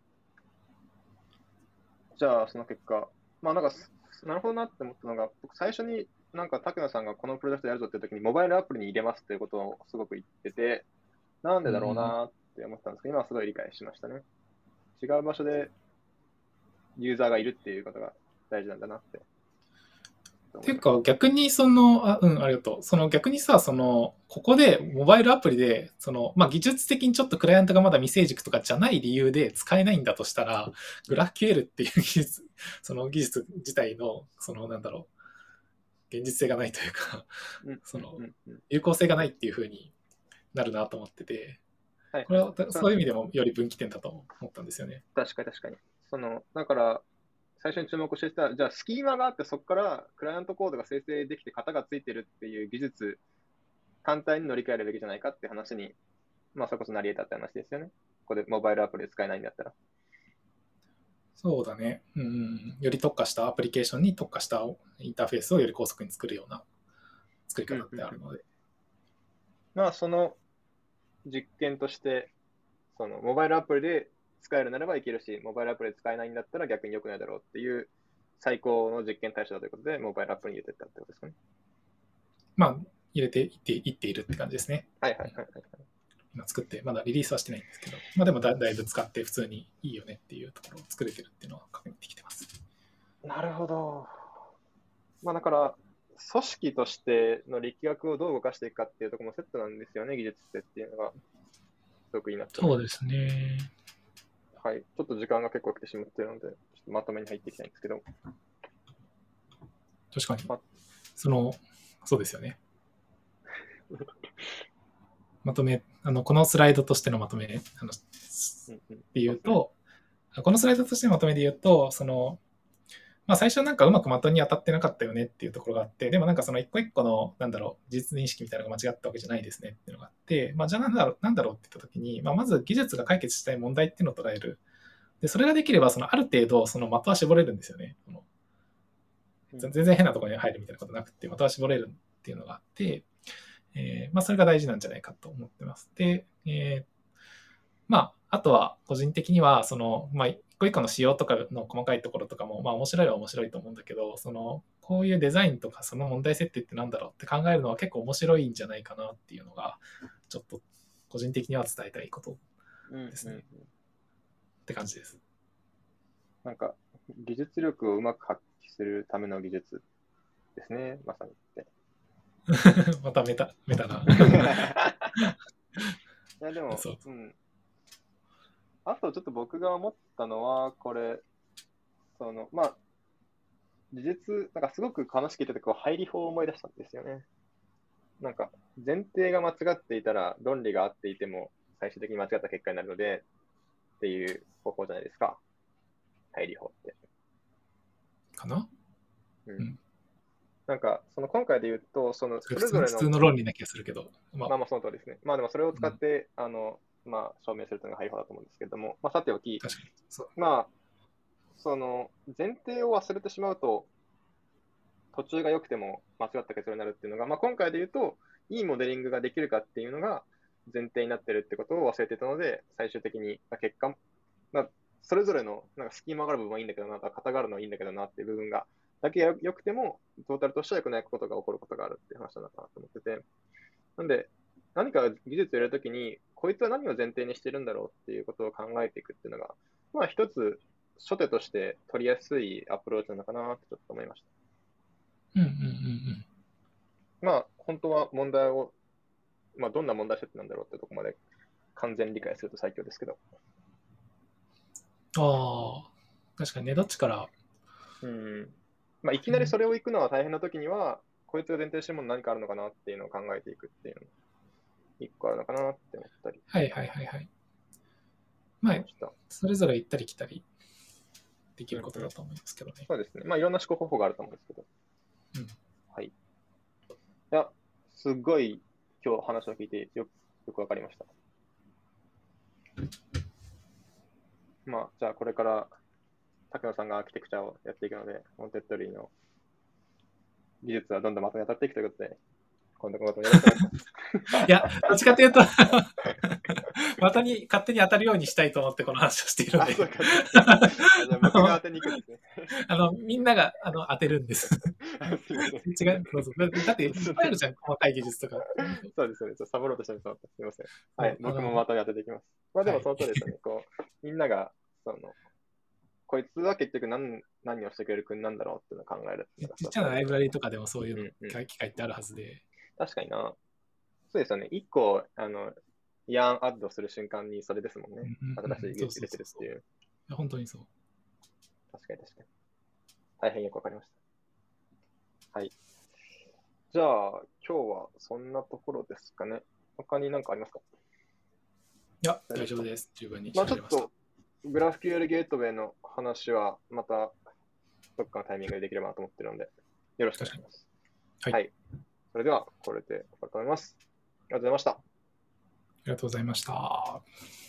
じゃあ、その結果、なるほどなって思ったのが、僕最初になんか竹野さんがこのプロジェクトやるぞっていう時にモバイルアプリに入れますということをすごく言ってて、なんでだろうなって思ったんですけど、今はすごい理解しましたね。違う場所でユーザーがいるっていうことが大事なんだなって。 っていうか逆にありがとう。逆にさ、ここでモバイルアプリで、技術的にちょっとクライアントがまだ未成熟とかじゃない理由で使えないんだとしたら、GraphQL っていう技術、その技術自体の、現実性がないというか、有効性がないっていう風になるなと思ってて、これはそういう意味でもより分岐点だと思ったんですよね。 確かに。だから、最初に注目してた、じゃあスキーマがあって、そこからクライアントコードが生成できて型がついてるっていう技術、簡単に乗り換えるべきじゃないかって話に、それこそなり得たって話ですよね。ここでモバイルアプリで使えないんだったら。 そうだね。より特化したアプリケーションに特化したインターフェースをより高速に作るような作り方ってあるので。 その実験として、モバイルアプリで使えるならばいけるし、モバイルアプリで使えないんだったら逆に良くないだろうっていう最高の実験対象だということで、モバイルアプリに入れていったってことですかね。 入れていっているって感じですね。 はい。 今作って、まだリリースはしてないんですけど、でもだいぶ使って普通にいいよねっていうところを作れてるっていうのは確認できてます。 なるほど。だから、組織としての力学をどう動かしていくかっていうところもセットなんですよね、技術っていうのが。得意な人。 そうですね。 はい。ちょっと時間が結構来てしまっているので、ちょっとまとめに入っていきたいんですけど。 確かに。そうですよね。まとめ、このスライドとしてのまとめっていうと、このスライドとしてのまとめで言うと、最初なんかうまく的に当たってなかったよねっていうところがあって、でもなんかその一個一個の、事実認識みたいなのが間違ったわけじゃないですねっていうのがあって、じゃあなんだろうって言ったときに、まず技術が解決したい問題っていうのを捉える。で、それができれば、ある程度、的は絞れるんですよね。 全然変なところに入るみたいなことなくて、的は絞れるっていうのがあって、それが大事なんじゃないかと思ってます。で、あとは個人的には、一個一個の仕様とかの細かいところとかも、面白いは面白いと思うんだけど、こういうデザインとかその問題設定ってなんだろうって考えるのは結構面白いんじゃないかなっていうのが、ちょっと個人的には伝えたいことですね。って感じです。 なんか、技術力をうまく発揮するための技術ですね、まさにって。 またメタな。 いや、でも、 そうあとちょっと僕が思ったのは、これ、技術、なんかすごく話聞いてて、入り法を思い出したんですよね。なんか、前提が間違っていたら、論理が合っていても、最終的に間違った結果になるので、っていう方法じゃないですか。入り法って。 かな。 なんか、今回で言うと、それぞれの。 普通の論理な気がするけど。 その通りですね。でもそれを使って、証明するというのが入り法だと思うんですけれども、さておき、 確かにそう。 前提を忘れてしまうと、途中が良くても間違った結論になるっていうのが、今回で言うと、いいモデリングができるかっていうのが前提になってるってことを忘れていたので、最終的に結果、それぞれのなんかスキーマがある部分はいいんだけどな、型があるのはいいんだけどなっていう部分が、だけ良くても、トータルとしては良くないことが起こることがあるっていう話だなと思ってて。なんで、何か技術をやるときに、こいつは何を前提にしてるんだろうっていうことを考えていくっていうのが、一つ、初手として取りやすいアプローチなのかなってちょっと思いました。本当は問題を、どんな問題設定なんだろうってとこまで完全に理解すると最強ですけど。 確かにね、どっちから。 いきなりそれを行くのは大変なときには、こいつが前提してるもの何かあるのかなっていうのを考えていくっていうのも、一個あるのかなって思ったり。 それぞれ行ったり来たりできることだと思いますけどね。 そうですね。いろんな思考方法があると思うんですけど。はい。いや、すっごい今日話を聞いてよくわかりました。じゃあこれから竹野さんがアーキテクチャをやっていくので、モンテッドリーの技術はどんどんまとめ当たっていくということで、今度この後もよろしくお願いします。 いや、どっちかというと的に勝手に当たるようにしたいと思ってこの話をしているので。 じゃあ僕が当てに行くんですね。 みんなが当てるんです。違う。だって、いっぱいあるじゃん、細かい技術とか。 そうですね。サボろうとしたらすみません。はい、僕もまとめ当てていきます。でもその通りですよね。みんなが、こいつは結局何をしてくれる国なんだろうっていうのを考える。 ちっちゃなライブラリとかでもそういう機会ってあるはずで。 確かにな。そうですよね。一個、ヤンアッドする瞬間にそれですもんね。新しい技術入れてるっていう。 本当にそう。 確かに。大変よくわかりました。はい。じゃあ、今日はそんなところですかね。他に何かありますか？ いや、大丈夫です。十分にちょっと、グラフ QL ゲートウェイの話はまたどっかのタイミングでできればなと思ってるので、よろしくお願いします。はい。それでは、これで終わりと思います。ありがとうございました。 ありがとうございました。